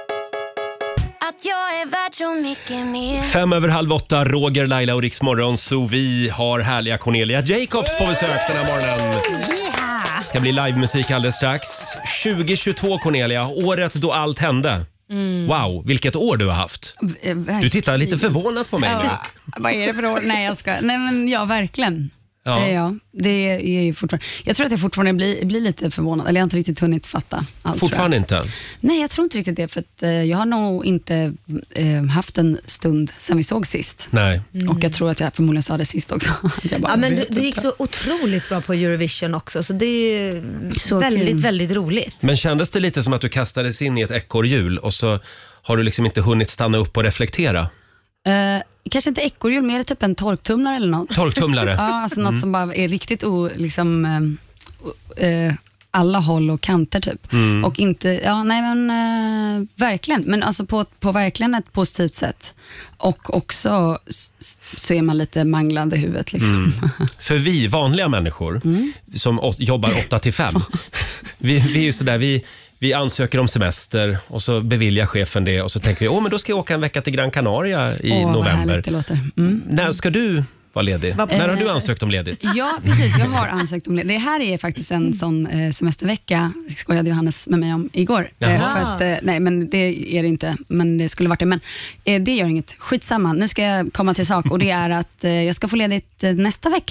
Att jag är värd så mycket mer. Fem över halv åtta, Roger, Laila och Rix Morgon. Så vi har härliga Cornelia Jacobs på besök den här morgonen. Det ska bli livemusik alldeles strax. tjugo tjugotvå Cornelia, året då allt hände. Mm. Wow, vilket år du har haft. Du tittar lite förvånat på mig nu. Ja, vad är det för år? Nej, jag ska. Nej, men ja, verkligen. Ja. Det är jag. Det är ju fortfarande. Jag tror att jag fortfarande blir, blir lite förvånad. Eller jag har inte riktigt hunnit fatta allt. Fortfarande inte? Nej, jag tror inte riktigt det. För att, eh, jag har nog inte eh, haft en stund sedan vi såg sist. Nej. Mm. Och jag tror att jag förmodligen sa det sist också. jag bara, Ja, men vet det, det gick inte. så otroligt bra på Eurovision också, så det är ju Så väldigt, kul. väldigt roligt. Men kändes det lite som att du kastades in i ett ekorrhjul och så har du liksom inte hunnit stanna upp och reflektera? Eh, kanske inte ekorrhjul, mer typ en torktumlare eller något. Torktumlare? Ja, alltså något Mm. som bara är riktigt o, liksom, eh, eh, alla håll och kanter typ. Mm. Och inte, ja nej men eh, verkligen, men alltså på, på verkligen ett positivt sätt. Och också s- så är man lite manglande i huvudet liksom. Mm. För vi vanliga människor Mm. som å- jobbar åtta till fem, vi, vi är ju sådär, vi, vi ansöker om semester och så beviljar chefen det och så tänker vi, åh men då ska jag åka en vecka till Gran Canaria i Åh, vad november. härligt det låter. Mm. När ska du vara ledig? Vad- När har du Eh, ansökt om ledigt? Ja, precis. Jag har ansökt om det. Det här är faktiskt en sån eh, semestervecka, skojade Johannes med mig om igår. Eh, Jaha. för att, eh, nej, men det är det inte, men det skulle varit det. Men eh, det gör inget. Skitsamma, nu ska jag komma till sak och det är att eh, jag ska få ledigt eh, nästa vecka.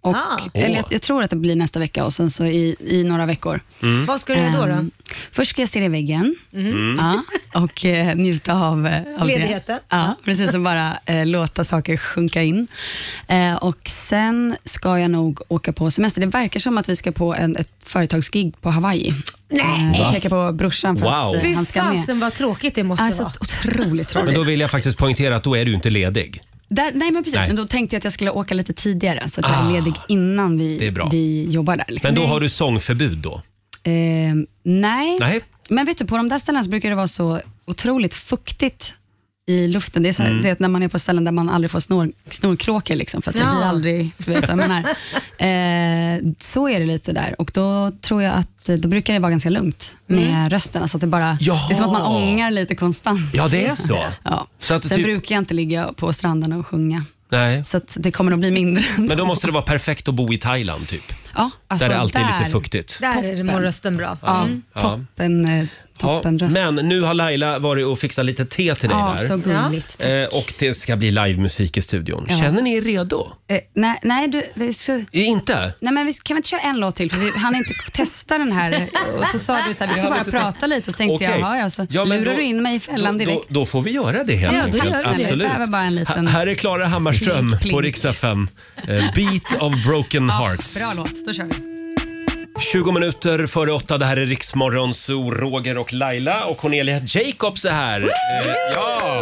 Och, Ah. eller jag, jag tror att det blir nästa vecka och sen så i, i några veckor. Mm. Vad ska du göra då? då? Um, först ska jag stirra i väggen Mm. ja, och eh, njuta av, eh, av ledigheten. det. Ja, precis, och bara eh, låta saker sjunka in. Eh, och sen ska jag nog åka på semester. Det verkar som att vi ska på en, ett företagsgig på Hawaii. Nej. Eh, jag pekar på brorsan för Wow. att Fy eh, han ska med. fasen vad tråkigt det måste Alltså, vara. otroligt tråkigt. Men då vill jag faktiskt poängtera att då är du inte ledig. Där, nej men precis, Nej. men då tänkte jag att jag skulle åka lite tidigare så att jag Ah, är ledig innan det är vi, bra. vi jobbar där. Liksom. Men då har du sångförbud då? Eh, nej. Nej. Men vet du, på de där ställena så brukar det vara så otroligt fuktigt i luften. Det är så här, Mm. du vet, när man är på ställen där man aldrig får snor, snorkråkor liksom, för att det Ja. blir aldrig, du vet vad jag menar. Eh, så är det lite där och då tror jag att då brukar det vara ganska lugnt med Mm. rösten, så att det bara, Jaha. det är som att man ångar lite konstant. Ja, det är så. Ja. Så att Sen typ- brukar jag inte ligga på stranden och sjunga. Nej. Så att det kommer nog bli mindre. Men då måste det vara perfekt att bo i Thailand typ. Ja, alltså där det alltid är där- lite fuktigt. Där är det mår rösten bra. Ja, Mm. Ja. toppen, eh, toppen Ja, röst. men nu har Laila varit och fixat lite te till dig Ja, där. så gulligt. Eh, och det ska bli livemusik i studion. Ja. Känner ni er redo? Eh, nej, nej, du, vi ska, Inte? nej, men vi kan vi inte köra en låt till? För vi hann inte testa den här. Och så sa du så här, vi ska hann bara inte prata lite. Så tänkte Okej. jag, ja, så Ja, men lurar då- du in mig i fällan Då, direkt. då får vi göra det helt Ja, då enkelt. gör vi det. Absolut. Det behöver bara en liten- Ha- här är Klara Hammarström Plink, plink. på Rix F M. Eh, Beat of Broken Hearts. Bra låt, då kör vi. tjugo minuter före åtta, det här är Riksmorgon, så Roger och Laila och Cornelia Jacobs är här. Eh, ja!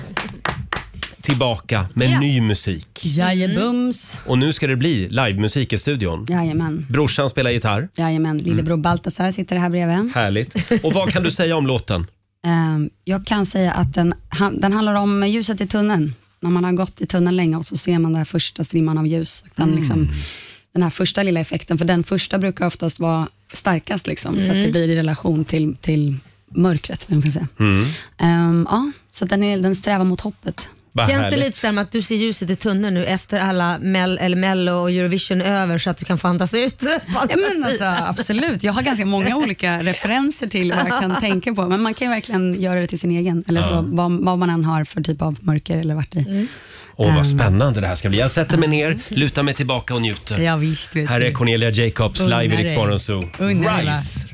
Tillbaka med Ja. ny musik. Jajebums. Och nu ska det bli livemusik i studion. Jajamän. Brorsan spelar gitarr. Jajamän, lillebror Baltasar sitter här bredvid. Härligt. Och vad kan du säga om låten? Ehm, jag kan säga att den, han, den handlar om ljuset i tunneln. När man har gått i tunneln länge och så ser man den här första strimman av ljus. Den, Mm. liksom, den här första lilla effekten, för den första brukar oftast vara starkast. Liksom, För att Mm. det blir i relation till, till mörkret. Vad man ska säga. Mm. Ehm, ja, så den, är, den strävar mot hoppet. Vad Känns härligt. det lite som att du ser ljuset i tunneln nu efter alla Mel, eller Mello och Eurovision över så att du kan få andas ut? Ja, men alltså, absolut, jag har ganska många olika referenser till vad jag kan tänka på, men man kan ju verkligen göra det till sin egen, eller så, Ja. vad, vad man än har för typ av mörker eller vart i. Mm. Åh, vad spännande det här ska bli. Jag sätter mig ner, lutar mig tillbaka och njuter. Ja, visst, vet Här du. är Cornelia Jacobs Unna live i dig. Rix Morgon Zoo. Unna dig, va? Rise.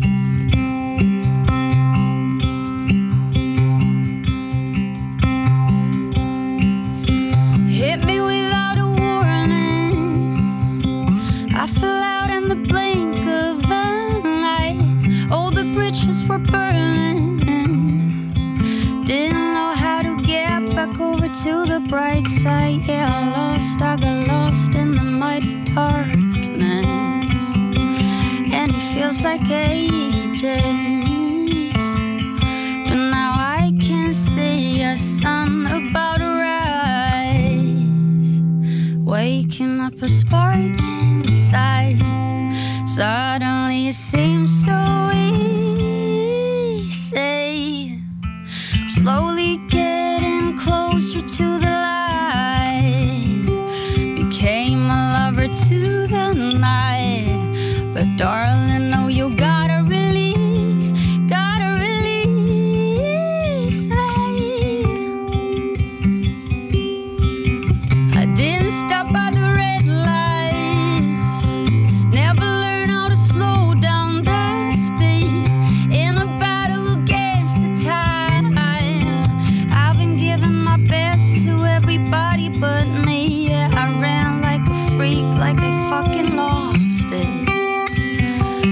Hit me without a warning. I fell out in the blink of an eye. All the bridges were burning. Didn't know how to get back over to the bright side. Yeah, I lost, I got lost in the mighty darkness. And it feels like ages. But now I can see a sun about to rise, waking up a spark inside. Suddenly it seems so easy. I'm slowly getting closer to the light. Became a lover to the night. But darling, no, you gotta release, gotta release me. I didn't stop by the red lights. Never learned how to slow down the speed. In a battle against the time, I've been giving my best to everybody but me. Yeah, I ran like a freak, like I fucking lost it.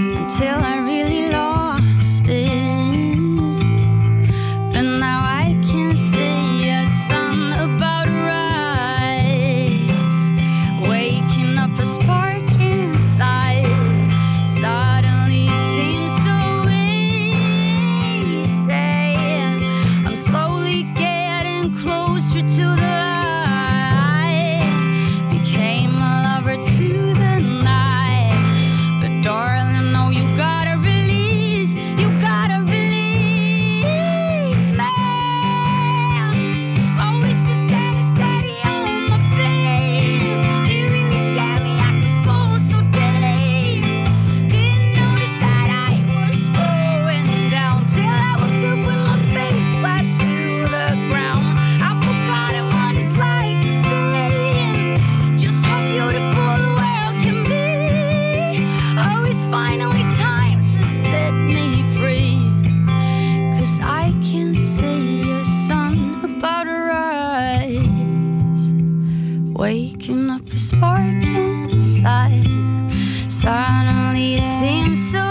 waking up a spark inside. Suddenly it seems so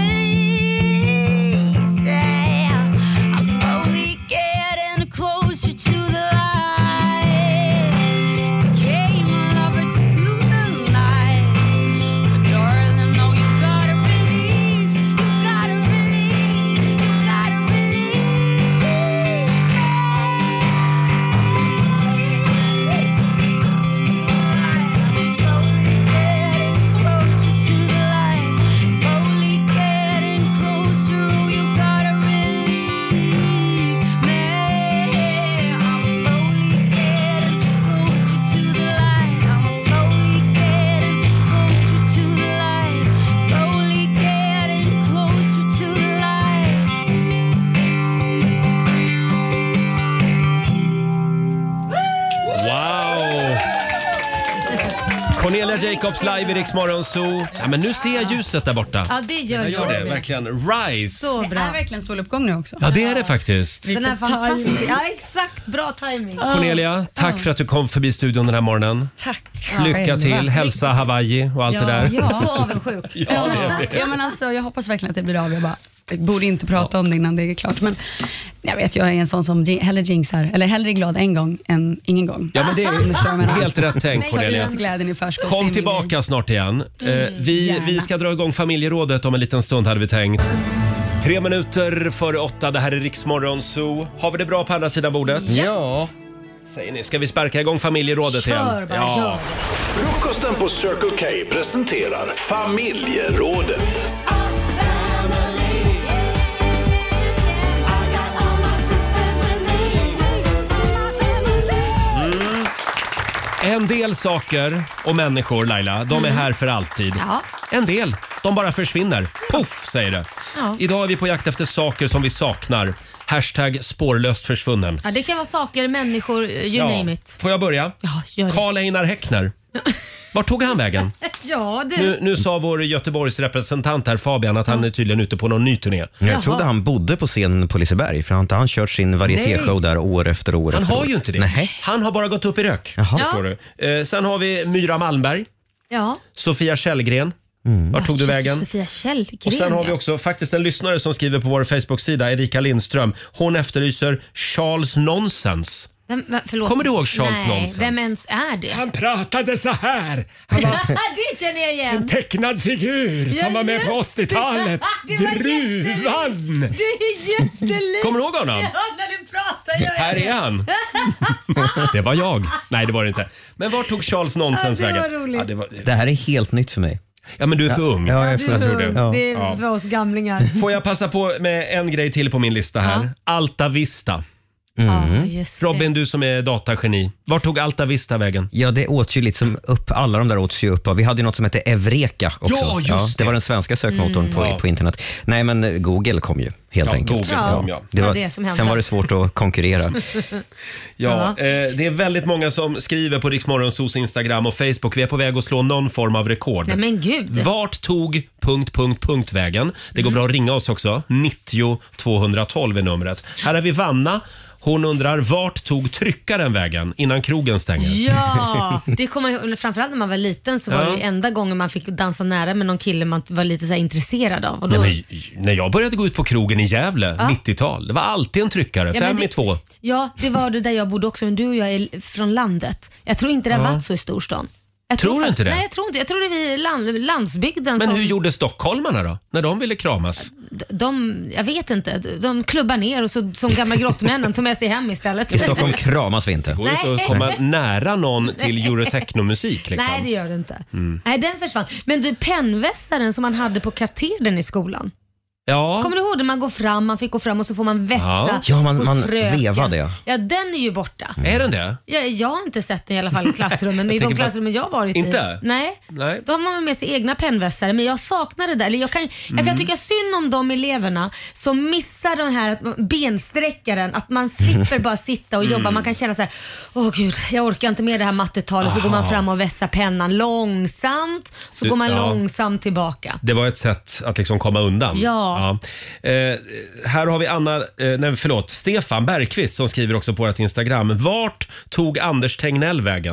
easy. I'm slowly getting closer to the light. Became a lover to the night. But darling, no, you gotta release. You gotta release. You gotta Cornelia Jacobs live i Rix Morgon Zoo. Ja, men nu ser jag ljuset där borta. Ja, det gör jag. jag. gör det, verkligen. Rise. Så bra. Det är verkligen soluppgång nu också. Ja, det är det faktiskt. Den är fantastisk. Ja, exakt. Bra timing. Cornelia, tack för att du kom förbi studion den här morgonen. Tack. Lycka till, hälsa Hawaii och allt ja, det där. Ja, så avundsjuk. Ja, det är det. Ja, men alltså, jag hoppas verkligen att det blir av. Jag bara, jag borde inte prata om det innan det är klart. Men jag vet, jag är en sån som hellre jinxar. Eller hellre glad en gång än ingen gång. Ja, men det är helt rätt tänkt, Cornelia. Glädjen i förskott. Kom tillbaka snart igen. Mm, eh, vi, vi ska dra igång familjerådet om en liten stund hade vi tänkt. Tre minuter före åtta, det här är Rix Morgon Zoo. Har vi det bra på andra sidan bordet? Ja. Säger ni, ska vi sparka igång familjerådet igen? Kör bara, ja. Kör. Frukosten på Circle K presenterar familjerådet. En del saker och människor, Laila, de är Mm. här för alltid. Ja. En del, de bara försvinner. Puff, säger det. Ja. Idag är vi på jakt efter saker som vi saknar. Hashtag spårlöst försvunnen. Ja, det kan vara saker, människor, you Ja. name it. Får jag börja? Ja, gör det. Karl Einar Häckner. Vart tog han vägen? Ja, det... Nu, nu sa vår Göteborgs representant här, Fabian, att han är tydligen ute på någon ny turné. Jag trodde han bodde på scenen på Liseberg, för han har han kört sin varietéshow där år efter år. Han efter har år. ju inte det. Nej. Han har bara gått upp i rök. Jaha. Förstår du. Eh, sen har vi Myra Malmberg, Ja. Sofia Källgren. Vart tog du Ja, vägen? Sofia Källgren. Och sen har vi ja. också faktiskt en lyssnare som skriver på vår Facebook-sida, Erika Lindström. Hon efterlyser Charles Nonsens. Vem, vem, förlåt. Kommer du ihåg Charles Nej, Nonsens? vem ens är det? Han pratade så här. Han var det känner jag igen. en tecknad figur som Ja, var med på just det. åttiotalet. Det var Druvan. Det är jättelikt. Kommer du ihåg honom? Ja, när du pratar gör jag Här det. är han. Det var jag. Nej, det var det inte. Men var tog Charles Nonsens Ja, det var vägen? roligt. Ja, det, var... Det här är helt nytt för mig. ja, men du är för ung. Ja, jag är Du för Jag tror tror, det. Ja. det är Ja. för oss gamlingar. Får jag passa på med en grej till på min lista här? Ja. Alta Vista. Ja, just det. Robin, du som är datageni. Var tog Alta Vista vägen? Ja, det åts ju liksom upp, alla de där åts ju upp av. Vi hade ju något som hette Evreka också. Ja, just det. det var den svenska sökmotorn Mm. på, Ja. på internet. Nej, men Google kom ju helt Ja, enkelt. Google kom, ja. Det Det var, var det som hände. sen var det svårt att konkurrera. Ja, Ja. eh, det är väldigt många som skriver på Riksmorgonsos Instagram och Facebook. Vi är på väg att slå någon form av rekord. Nej men gud. Vart tog... Punkt, punkt, punkt vägen. Det går bra att ringa oss också. nittio tvåhundratolv är numret. Här har vi Vanna. Hon undrar, vart tog tryckaren vägen innan krogen stänger? Ja, det kommer jag ihåg. Framförallt när man var liten så var Ja. det ju enda gången man fick dansa nära med någon kille man var lite så här intresserad av. Och då, Nej, men, när jag började gå ut på krogen i Gävle, Ja. nittiotal, det var alltid en tryckare. Ja, men Fem det- i två. ja, det var det där jag bodde också, men du och jag är från landet. Jag tror inte det har Ja. varit så i storstan. Jag Tror du fa- inte det? Nej, jag tror inte. Jag tror det är vi land, landsbygden Men som... hur gjorde stockholmarna då? När de ville kramas? d- de, jag vet inte. De klubbar ner och så, som gamla grottmännen tog med sig hem istället. I Stockholm kramas vi inte. Det går inte att komma nära någon till eurotechnomusik liksom. Nej, det gör det inte. Mm. Nej, den försvann. Men du, pennvässaren som man hade på katedern i skolan. Ja. Kommer du ihåg det? Man går fram, man fick gå fram och så får man vässa Ja. Ja, man- hos man fröken. vevade, ja. Ja, den är ju borta. Är den det? Jag, jag har inte sett den i alla fall i klassrummen. I Jag tänker de på- klassrummen jag har varit Inte? i. Nej. Nej. Då har man med sig egna pennvässare, men jag saknar det där. Eller jag, kan, jag Mm. kan tycka synd om de eleverna som missar den här bensträckaren. Att man slipper bara sitta och jobba. Mm. Man kan känna så här: åh gud, jag orkar inte med det här mattetalet. Så går man Aha. fram och vässar pennan långsamt. Så Du- går man ja. långsamt tillbaka. Det var ett sätt att liksom komma undan. Ja. Ja. Eh, här har vi Anna, eh, nej förlåt, Stefan Bergqvist som skriver också på vårt Instagram. Vart tog Anders Tegnell vägen?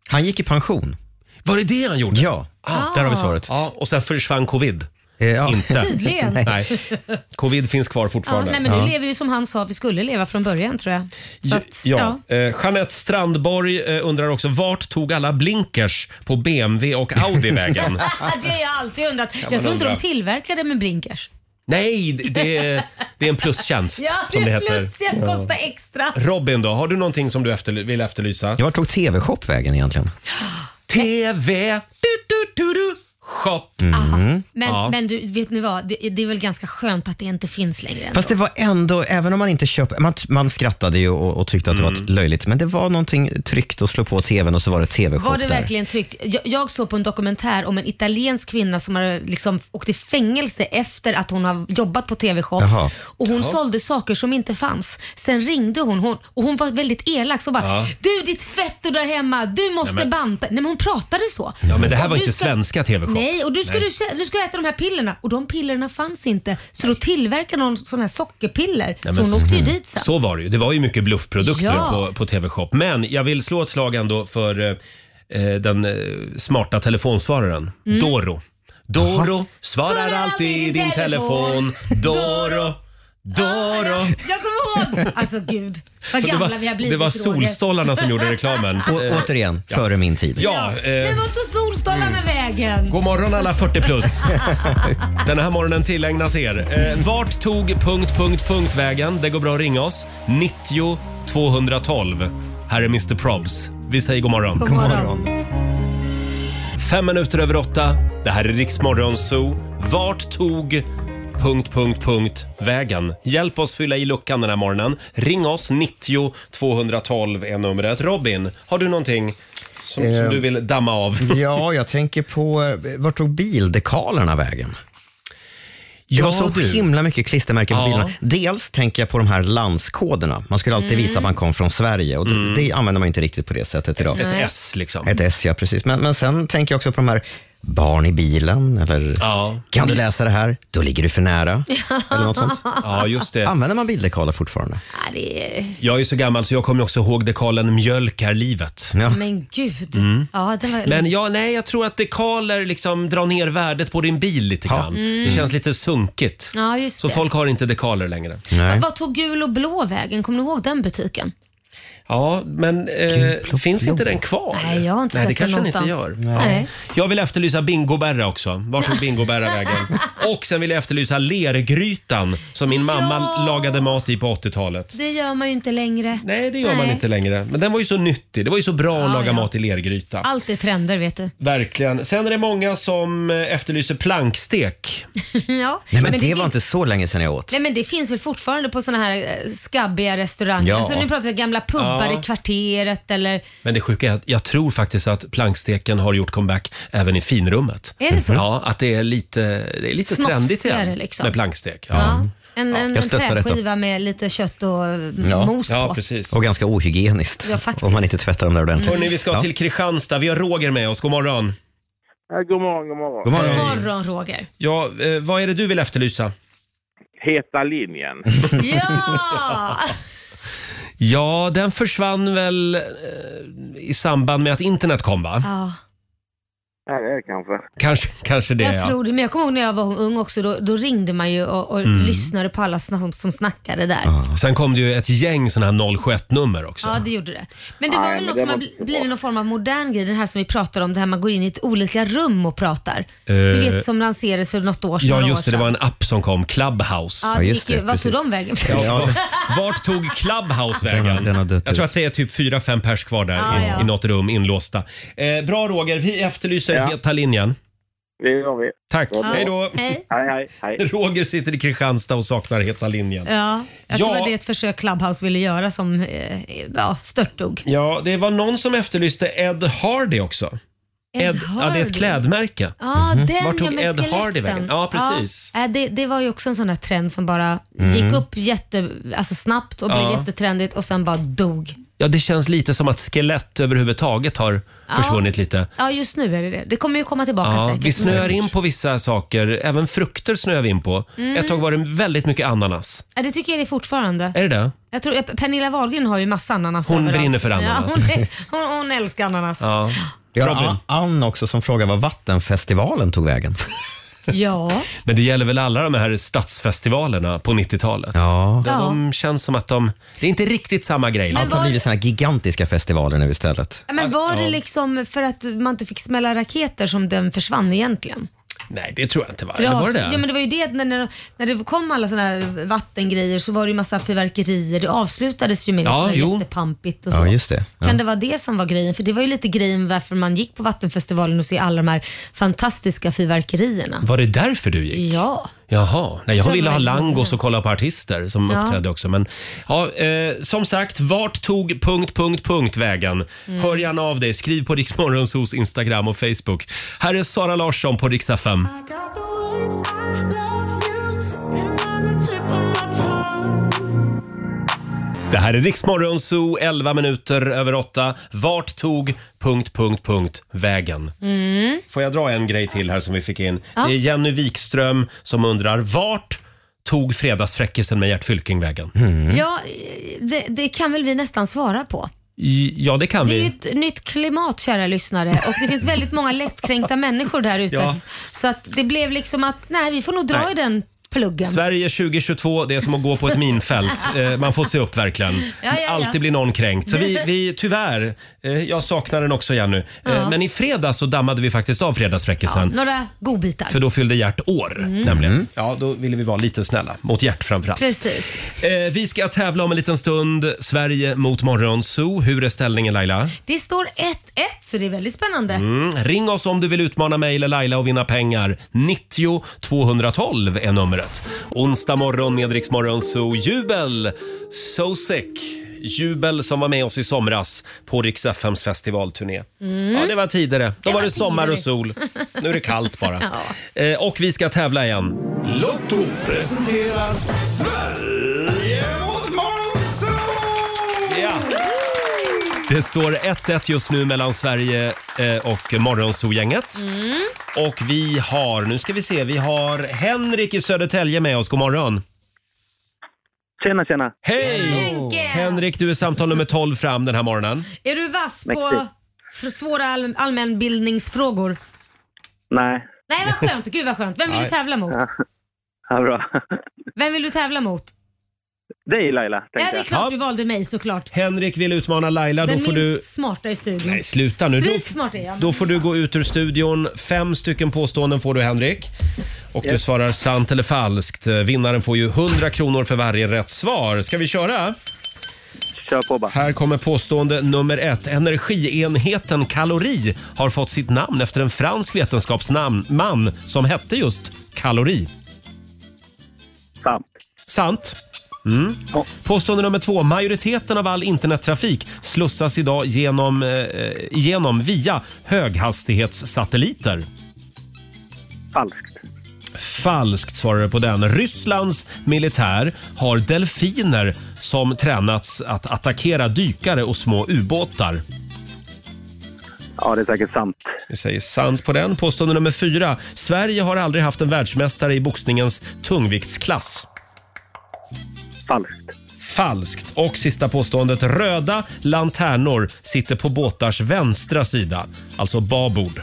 Han gick i pension. Var det det han gjorde? Ja, Ah. där har vi svaret. Ja, och sen försvann covid. Ja. Inte. Tydligen. Nej. Covid finns kvar Ja, fortfarande. nej, men nu lever ju som han sa att vi skulle leva från början, tror jag. Så att, Ja. Ja. Eh, Jeanette Strandborg eh, undrar också, vart tog alla blinkers på B M W och Audi vägen? Det har jag alltid undrat. man Jag tror inte undra. de tillverkade med blinkers. Nej, det är, det är en plustjänst. Ja, som det det är heter. plusstjänst, kostar extra. Robin då, har du någonting som du efter, vill efterlysa? Jag tog T V-shop vägen egentligen. T V du, du, du, du. Shop. Aha. Men, Ja. men du, vet ni vad? Det, det är väl ganska skönt att det inte finns längre ändå. Fast det var ändå, även om man inte köper, man, man skrattade ju och, och tyckte att det var Mm. löjligt, men det var någonting tryggt att slå på tvn och så var det T V-shop Var det där. verkligen tryggt? Jag, jag såg på en dokumentär om en italiensk kvinna som har liksom åkt i fängelse efter att hon har jobbat på T V-shop. Jaha. Och hon Jaha. sålde saker som inte fanns. Sen ringde hon, hon och hon var väldigt elak. Så bara, Ja. du ditt fetto där hemma, du måste Nej, men- banta. Nej, men hon pratade så. Ja, men det här Och var du inte ska- svenska T V-shop. Nej, och du skulle, Nej. du skulle äta de här pillerna. Och de pillerna fanns inte. Så då tillverkade någon sån här sockerpiller. Nej, så men hon åkte ju så- dit sen. Så var det ju. Det var ju mycket bluffprodukter Ja. på, på T V-shop. Men jag vill slå ett slag ändå för eh, eh, den eh, smarta telefonsvararen. Mm. Doro. Doro svarar Svarar alltid i din telefon. Doro. Doro. Jag kommer ihåg. Alltså gud, vad Det gamla var, vi har blivit. det var Roger. Solstolarna som gjorde reklamen. Och, Eh, återigen, före min tid. Ja, eh, Det var till Solstolarna vägen. God morgon alla fyrtio plus. Den här morgonen tillägnas er. Eh, vart tog... Punkt, punkt, punkt vägen? Det går bra att ringa oss. nittio tvåhundratolv. Här är mister Probs. Vi säger god morgon. God morgon. Fem minuter över åtta. Det här är Riksmorgon Zoo. Vart tog... Punkt, punkt, punkt vägen? Hjälp oss fylla i luckan den här morgonen. Ring oss. nittio tvåhundratolv är numret. Robin, har du någonting som, som Eh, du vill damma av? Ja, jag tänker på, eh, vart tog bildekalerna vägen? Det Ja, var så du. himla mycket klistermärken på Ja. bilarna. Dels tänker jag på de här landskoderna. Man skulle alltid Mm. visa att man kom från Sverige och det, Mm. det använder man inte riktigt på det sättet idag. Ett S liksom. Ett S, ja precis. Men, men sen tänker jag också på de här barn i bilen eller Ja. kan du läsa det här? Då ligger du för nära. Eller något sånt. Ja, just det. Använder man bildekaler fortfarande? Ja, det är... Jag är så gammal så jag kommer också ihåg dekalen Mjölk är livet. Ja. Men gud. Mm. Ja, det var... Men ja, nej, jag tror att dekaler liksom drar ner värdet på din bil lite grann. Mm. Det känns lite sunkigt. Ja, just Så det. folk har inte dekaler längre. Nej. Vad tog gul och blå vägen? Kommer ni ihåg den butiken? Ja, men eh, finns inte den kvar? Nej, jag har inte Nej, det sett den kanske den inte någonstans. gör. Nej. Jag vill efterlysa Bingoberra också. Vart tog Bingoberra vägen? Och sen vill jag efterlysa lergrytan som min mamma Ja. lagade mat i på åttiotalet. Det gör man ju inte längre. Nej, det gör man inte längre. Men den var ju så nyttig. Det var ju så bra att Ja, laga ja. mat i lergryta. Allt är trender, vet du. Verkligen. Sen är det många som eh, efterlyser plankstek. ja. Nej, men, det, det var finns... inte så länge sedan jag åt. Nej, men det finns väl fortfarande på såna här eh, skabbiga restauranger. Ja. Alltså, nu pratar jag gamla pubbar Ja. i kvarteret eller... Men det sjuka är att jag tror faktiskt att planksteken har gjort comeback även i finrummet. Är det så? Ja, att det är lite, det är lite trendigt Snofsigare, igen liksom. med plankstek. Ja. Ja. En, en, jag en stöttar detta. träskiva med lite kött och mm, Ja. mos på. Ja, precis. Och ganska ohygieniskt. Ja, faktiskt. om man inte tvättar dem där ordentligt. Hörrni, vi ska Ja. till Kristianstad. Vi har Roger med oss. God morgon. Ja, god morgon, god morgon. God morgon. God morgon, Roger. Ja, eh, vad är det du vill efterlysa? Heta linjen. Ja! Ja, den försvann väl eh, i samband med att internet kom, va? ja. Ja, det är det kanske. Kanske, kanske det, Jag ja. tror det, men jag kommer ihåg när jag var ung också, då, då ringde man ju och, och Mm. lyssnade på alla som, som snackade där. Sen kom det ju ett gäng sådana här noll sju ett-nummer också. Ja, det gjorde det. Men det var Nej, väl men något det som har var bli- inte blivit bra. någon form av modern grej, den här som vi pratar om, det här man går in i ett olika rum och pratar. Eh, Ni vet som lanserades för något år sedan. Ja, några just det. år Det var sedan. en app som kom, Clubhouse. Ja, Ja, det just gick ju, det, vart tog precis. de vägen? Ja, vart tog Clubhouse vägen? Den har- den har dött Jag tror ut. att det är typ fyra, fem pers kvar där Ja, i, ja. i något rum inlåsta. Eh, bra Roger, vi efterlyser Ja. heta linjen. Det gör vi. Tack, Ja. hej då. Hej. Hej, hej, hej. Roger sitter i Kristianstad och saknar heta linjen. Ja, jag Ja. tror det är ett försök Clubhouse ville göra som eh, ja, störtdog. Ja, det var någon som efterlyste Ed Hardy också. Ed Ja, det är Hardy. ett klädmärke. Ja, den Vart tog ja, med Ed skeletten. Hardy vägen? Ja, precis. Ja, äh, det, det var ju också en sån här trend som bara Mm. gick upp jätte, alltså snabbt och blev Ja. jättetrendigt och sen bara dog. Ja, det känns lite som att skelett överhuvudtaget har Ja. försvunnit lite. Ja, just nu är det det. Det kommer ju komma tillbaka Ja, säkert. vi snöar in på vissa saker. Även frukter snöar vi in på. Mm. Ett tag var det väldigt mycket ananas. Ja, det tycker jag det är fortfarande. Är det det? Jag tror, Pernilla Wahlgren har ju massa ananas Hon överallt. brinner för ananas. Ja, hon, är, hon, hon älskar ananas. Ja. Vi har Robin. A- Ann också som frågar vad Vattenfestivalen tog vägen. Ja. Men det gäller väl alla de här stadsfestivalerna på nittiotalet? Ja. De, de känns som att de... Det är inte riktigt samma grej. Allt har blivit såna här gigantiska festivaler nu istället. Ja, men var Ja. det liksom för att man inte fick smälla raketer som den försvann egentligen? Nej, det tror jag inte var. För Eller det var det avs- det? Ja, men det var ju det när, när, när det kom alla såna här vattengrejer så var det ju massa fyrverkerier. Det avslutades ju med Ja, ja, jo. jättepampigt och så. Ja, just det. Ja. Kan det vara det som var grejen? För det var ju lite grejen varför man gick på Vattenfestivalen och se alla de här fantastiska fyrverkerierna. Var det därför du gick? Ja. Jaha, nej jag Tror ville jag ha var langos och kolla på artister som Ja. uppträdde också. Men ja, eh, som sagt, vart tog punkt, punkt, punkt vägen? Mm. Hör gärna av dig, skriv på Rix Morgonzos Instagram och Facebook. Här är Sara Larsson på Rix F M. Det här är Rix Morgonzoo, elva minuter över åtta. Vart tog punkt, punkt, punkt vägen? Mm. Får jag dra en grej till här som vi fick in? Ja. Det är Jenny Wikström som undrar, vart tog fredagsfräckisen med Gert Fylking vägen? Ja, det, det kan väl vi nästan svara på. I- Ja, det kan Det är vi. ju ett nytt klimat, kära lyssnare, och det finns väldigt många lättkränkta människor där ute. Ja. Så att det blev liksom att, nej, vi får nog dra Nej. i den pluggen. Sverige tjugo tjugotvå, det är som att gå på ett minfält. Eh, Man får se upp verkligen. Ja, ja, ja. Alltid blir någon kränkt. Så vi, vi tyvärr, eh, jag saknar den också igen nu. Eh, Ja. Men i fredags så dammade vi faktiskt av fredagsfräckisen. Några godbitar. För då fyllde Gert år, Mm. nämligen. Ja, då ville vi vara lite snälla. Mot Gert framförallt. Precis. Eh, vi ska tävla om en liten stund. Sverige mot Morgonzoo. Hur är ställningen, Laila? Det står ett ett, så det är väldigt spännande. Mm. Ring oss om du vill utmana mig eller Laila och vinna pengar. nittio tvåhundratolv är numret. Onsdag morgon med Rix Morgonzoo. Jubel! So sick. Jubel som var med oss i somras på Rix F M:s festivalturné. Mm. Ja, det var tidigare. Då Det var var det sommar och tidigare. sol. Nu är det kallt bara. Ja. eh, och vi ska tävla igen. Lotto presenterar Sverige mot Ja. Det står ett ett just nu mellan Sverige eh, och Morgonzoo-gänget. Mm. Och vi har, nu ska vi se, vi har Henrik i Södertälje med oss. God morgon. Tjena, tjena. Hej! Henke! Henrik, du är samtal nummer tolv fram den här morgonen. Är du vass på Mäktigt. för svåra all- allmänbildningsfrågor? Nej. Nej, vad skönt. Gud vad skönt. Vem vill Nej. du tävla mot? Ja, ja bra. Vem vill du tävla mot? Dig Laila, Ja, tänkte det är jag. klart Ja. du valde mig såklart. Henrik vill utmana Laila, Den då får minst du... smarta i studion. Nej, sluta nu. Då, Stridsmart är jag. då får du gå ut ur studion. Fem stycken påståenden får du, Henrik. Och du Yes. svarar sant eller falskt. Vinnaren får ju hundra kronor för varje rätt svar. Ska vi köra? Kör på bara. Här kommer påstående nummer ett. Energienheten kalori har fått sitt namn efter en fransk vetenskapsman man som hette just kalori. Sant. Sant. Mm. Ja. Påstående nummer två. Majoriteten av all internettrafik slussas idag genom, eh, genom via höghastighetssatelliter. Falskt. Falskt svarar du på den. Rysslands militär har delfiner som tränats att attackera dykare och små ubåtar. Ja, det är säkert sant. Vi säger sant på den. Påstående nummer fyra. Sverige har aldrig haft en världsmästare i boxningens tungviktsklass. Falskt. Falskt. Och sista påståendet. Röda lanternor sitter på båtars vänstra sida. Alltså babord.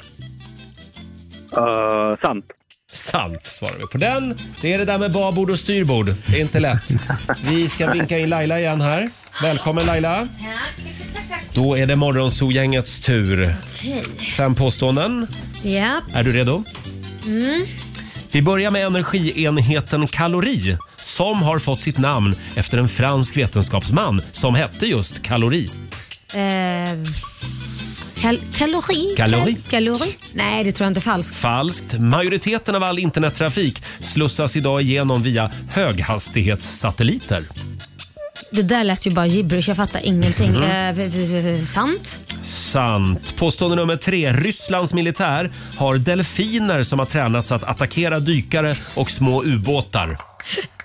Uh, sant. Sant svarar vi på den. Det är det där med babord och styrbord. Det är inte lätt. Vi ska vinka in Laila igen här. Välkommen Laila. Då är det Morgonzoo-gängets tur. Okej. Fem påståenden. Ja. Är du redo? Mm. Vi börjar med energienheten kalori som har fått sitt namn efter en fransk vetenskapsman som hette just kalori. Eh, kal- kalori? Kalori. Kal- kalori? Nej, det tror jag inte är falskt. Falskt. Majoriteten av all internettrafik slussas idag igenom via höghastighetssatelliter. Det där lät ju bara gibberish, jag fattar ingenting. Mhm. Eh, v- v- v- sant? Sant. Påstående nummer tre. Rysslands militär har delfiner som har tränats att attackera dykare och små ubåtar.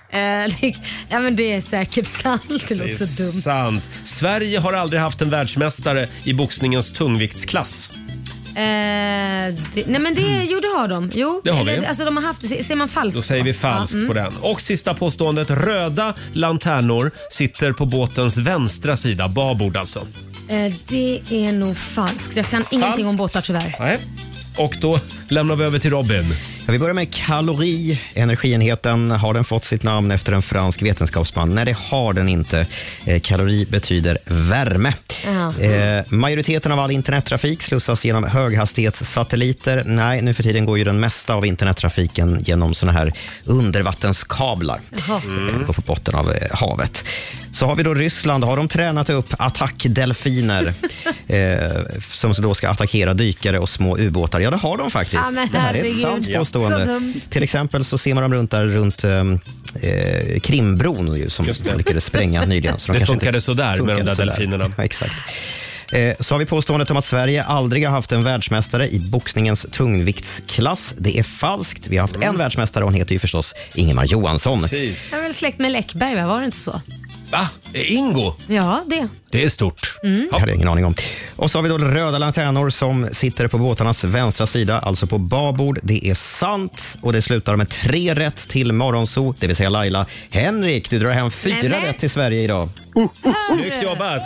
Eh, det, ja, men det är säkert sant. Det låter Det är så dumt. sant. Sverige har aldrig haft en världsmästare i boxningens tungviktsklass. Eh, det, nej men det, jo det har de. Jo, Det har vi. eller, alltså de har haft det. Ser man falskt? Då säger vi falskt Ja, mm. på den. Och sista påståendet. Röda lanternor sitter på båtens vänstra sida. Babord alltså. Eh, det är nog falskt. Jag kan ingenting om båtar tyvärr. Nej. Och då lämnar vi över till Robin. Ja, vi börjar med kalori. Energienheten, har den fått sitt namn efter en fransk vetenskapsman? Nej, det har den inte. Eh, kalori betyder värme. Eh, majoriteten av all internettrafik slussas genom höghastighetssatelliter. Nej, nu för tiden går ju den mesta av internettrafiken genom såna här undervattenskablar. Mm. Går på botten av eh, havet. Så har vi då Ryssland. Har de tränat upp attackdelfiner eh, som då ska attackera dykare och små ubåtar? Ja, det har de faktiskt. Ja, men det här är ett herregud. sant Ja. påstående. Så dumt. Till exempel så ser man dem runt där runt eh, Krimbron ju, som lyckades spränga nyligen. Så de Det kanske funkade inte sådär med funkade de där sådär. delfinerna. Ja, exakt. Eh, så har vi påståendet om att Sverige aldrig har haft en världsmästare i boxningens tungviktsklass. Det är falskt. Vi har haft en världsmästare och hon heter ju förstås Ingemar Johansson. Precis. Jag är väl släkt med Läckberg, va? Var det inte så? Va? Ingo? Ja, det. Det är stort. Mm. Det hade jag ingen aning om. Och så har vi då röda lanternor som sitter på båtarnas vänstra sida, alltså på babord. Det är sant och det slutar med tre rätt till Morgonzoo, det vill säga Laila. Henrik, du drar hem fyra Nämen. rätt till Sverige idag. Snyggt jobbat!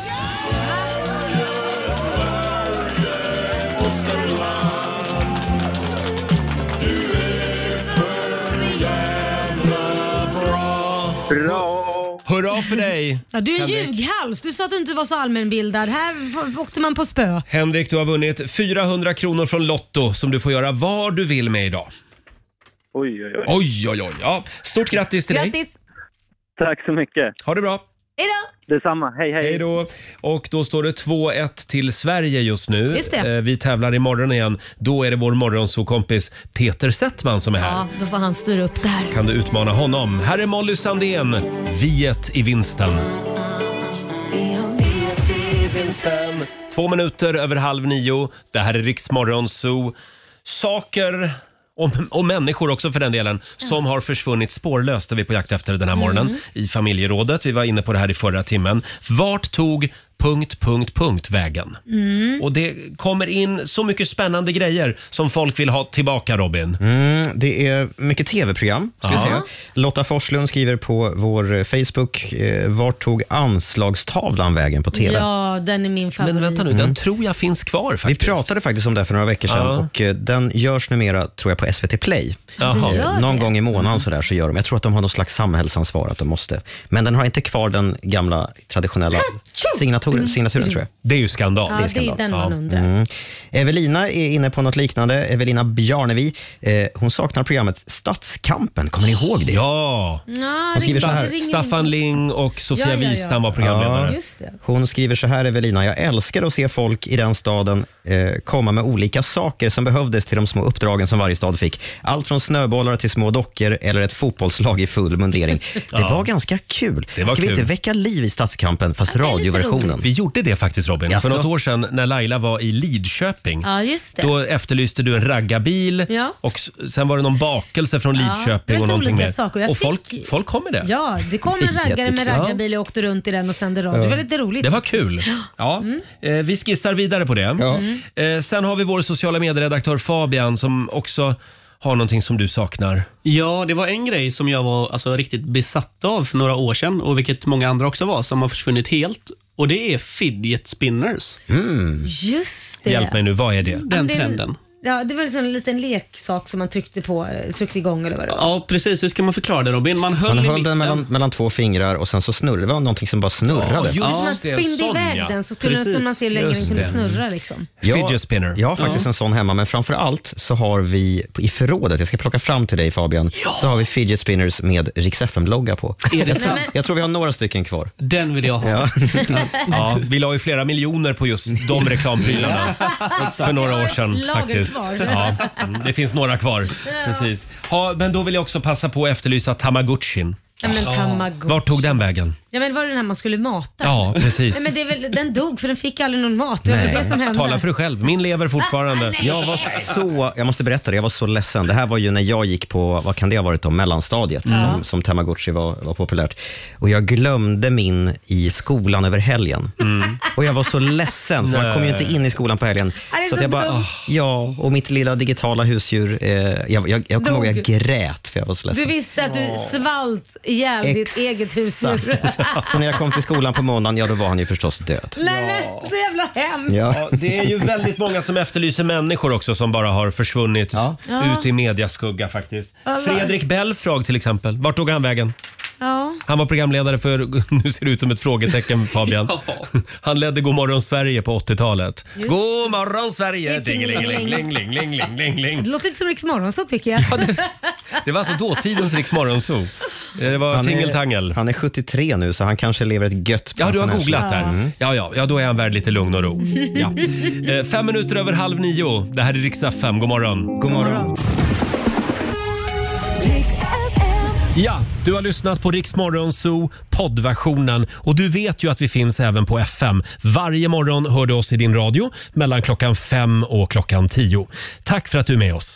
Bra! Hurra för dig! Ja, du är en Henrik. ljughals. Du sa att du inte var så allmänbildad. Här f- åkte man på spö. Henrik, du har vunnit fyrahundra kronor från Lotto som du får göra vad du vill med idag. Oj, oj, oj. Oj, oj, oj. Ja, stort grattis till dig. Grattis! Tack så mycket. Ha det bra. Hej då! Detsamma. Hej, hej. Hej då. Och då står det två ett till Sverige just nu. Just det. Eh, Vi tävlar imorgon igen. Då är det vår morgonsokompis Peter Settman som är här. Ja, då får han styra upp det här. Kan du utmana honom? Här är Molly Sandén. Viet i vinsten. Två minuter över halv nio. Det här är Riks Morgonzoo. Saker och, och människor också för den delen som har försvunnit spårlöst är vi på jakt efter den här morgonen Mm. i familjerådet. Vi var inne på det här i förra timmen. Vart tog punkt, punkt, punkt vägen? Mm. Och det kommer in så mycket spännande grejer som folk vill ha tillbaka, Robin. Mm, det är mycket tv-program, ska vi Ja. säga. Lotta Forslund skriver på vår Facebook, eh, vart tog anslagstavlan vägen på tv? Ja, den är min favorit. Men vänta nu, den tror jag finns kvar faktiskt. Vi pratade faktiskt om det för några veckor sedan Ja. och eh, den görs numera, tror jag, på S V T Play. Jaha. Det gör Någon det. gång i månaden så, där, så gör de. Jag tror att de har någon slags samhällsansvar att de måste. Men den har inte kvar den gamla traditionella signaturen, signaturen tror jag. Det är ju skandal. Ja, det är det är skandal. den man Ja. undrar. Mm. Evelina är inne på något liknande. Evelina Bjarnevi. Eh, hon saknar programmet Stadskampen. Kommer ni ihåg det? Ja. Ja, Hon skriver det så här. ringer Staffan Ling och Sofia Ja, ja, ja. Wistam var programledare. Ja. Just det. Hon skriver så här, Evelina. Jag älskar att se folk i den staden eh, komma med olika saker som behövdes till de små uppdragen som varje stad fick. Allt från snöbollar till små dockor eller ett fotbollslag i full mundering. Det Ja. var ganska kul. Det var Ska vi kul. inte väcka liv i Stadskampen fast Ja, det är lite radioversionen? Vi gjorde det faktiskt, Robin. Jaså? För något år sedan när Laila var i Lidköping. Ja, just det. Då efterlyste du en raggarbil Ja. och s- sen var det någon bakelse från Ja, Lidköping det var och någonting olika mer. saker. Jag Och fick- folk, folk kom med det. Ja, det kom en raggare med Jättekul. raggarbil och åkte runt i den och sände radio. Det var lite roligt. Det var kul. Ja. Eh, vi skissar vidare på det. Ja. Eh, sen har vi vår sociala medieredaktör Fabian som också har någonting som du saknar. Ja, det var en grej som jag var alltså, riktigt besatt av för några år sedan och vilket många andra också var som har försvunnit helt. Och det är fidget spinners. Just det. Hjälp mig nu, vad är det? Den det är- trenden. Ja, det var liksom en liten leksak som man tryckte på, eh, tryckte igång eller vad det var. Ja, precis. Hur ska man förklara det, Robin? Man höll, Man i höll mitten. den mellan, mellan två fingrar och sen så snurrade det. var någonting som bara snurrade. just Så man det, spinde sån, iväg ja. den så skulle Precis. så man se hur länge den Just kunde det. snurra liksom. Fidget spinner. Jag har faktiskt en sån hemma, men framför allt så har vi i förrådet, jag ska plocka fram till dig Fabian, så har vi fidget spinners med Rix F M-logga på. Är det Jag, sant? tror- jag tror vi har några stycken kvar. Den vill jag ha. Ja. Ja, vi la ju flera miljoner på just de reklamprylarna för några år sedan Lager faktiskt. kvar. Ja, mm, det finns några kvar. Precis. Ja, men då vill jag också passa på att efterlysa Tamagotchin. Ja, men Tamagotchi. Vart tog den vägen? Ja, men var det den här man skulle mata? Ja, precis. Nej, men det är väl, den dog för den fick aldrig någon mat. Det var Nej. det som hände. Tala för dig själv. Min lever fortfarande. Ah, nej. Jag var så, jag måste berätta det, jag var så ledsen. Det här var ju när jag gick på, vad kan det ha varit då, mellanstadiet, Mm. som, som Tamagotchi var, var populärt. Och jag glömde min i skolan över helgen. Mm. Och jag var så ledsen, för man kom ju inte in i skolan på helgen. Är det Så att så jag bara, dumt? åh, ja, och mitt lilla digitala husdjur, eh, jag, jag, jag kommer ihåg jag grät för jag var så ledsen. Du visste att du svalt ihjäl ditt eget husdjur. Så när jag kom till skolan på måndagen, ja då var han ju förstås död. Nej men, så jävla hemskt. Ja. Ja, det är ju väldigt många som efterlyser människor också som bara har försvunnit Ja. ut i mediaskugga faktiskt. Ja, va- Fredrik Belfrag till exempel. Vart tog han vägen? Ja. Han var programledare för, nu ser det ut som ett frågetecken Fabian. Han ledde God morgon Sverige på åttiotalet. Just. God morgon Sverige! Det är Dingelingeling-ling-ling-ling-ling-ling. Det låter inte som Rix Morgon så tycker jag. Det var alltså dåtidens Rix Morgonzoo. Det var Han är- tingeltangel. Han är sjuttiotre nu, så han kanske lever ett gött Ja, du har pensionärsliv. googlat där. Mm. Ja, ja, ja, då är han värd lite lugn och ro. Ja. Eh, Fem minuter över halv nio. Det här är Rix F M. God morgon. God morgon. Ja, du har lyssnat på Rix Morgon Zoo poddversionen och du vet ju att vi finns även på F M. Varje morgon hör du oss i din radio mellan klockan fem och klockan tio. Tack för att du är med oss.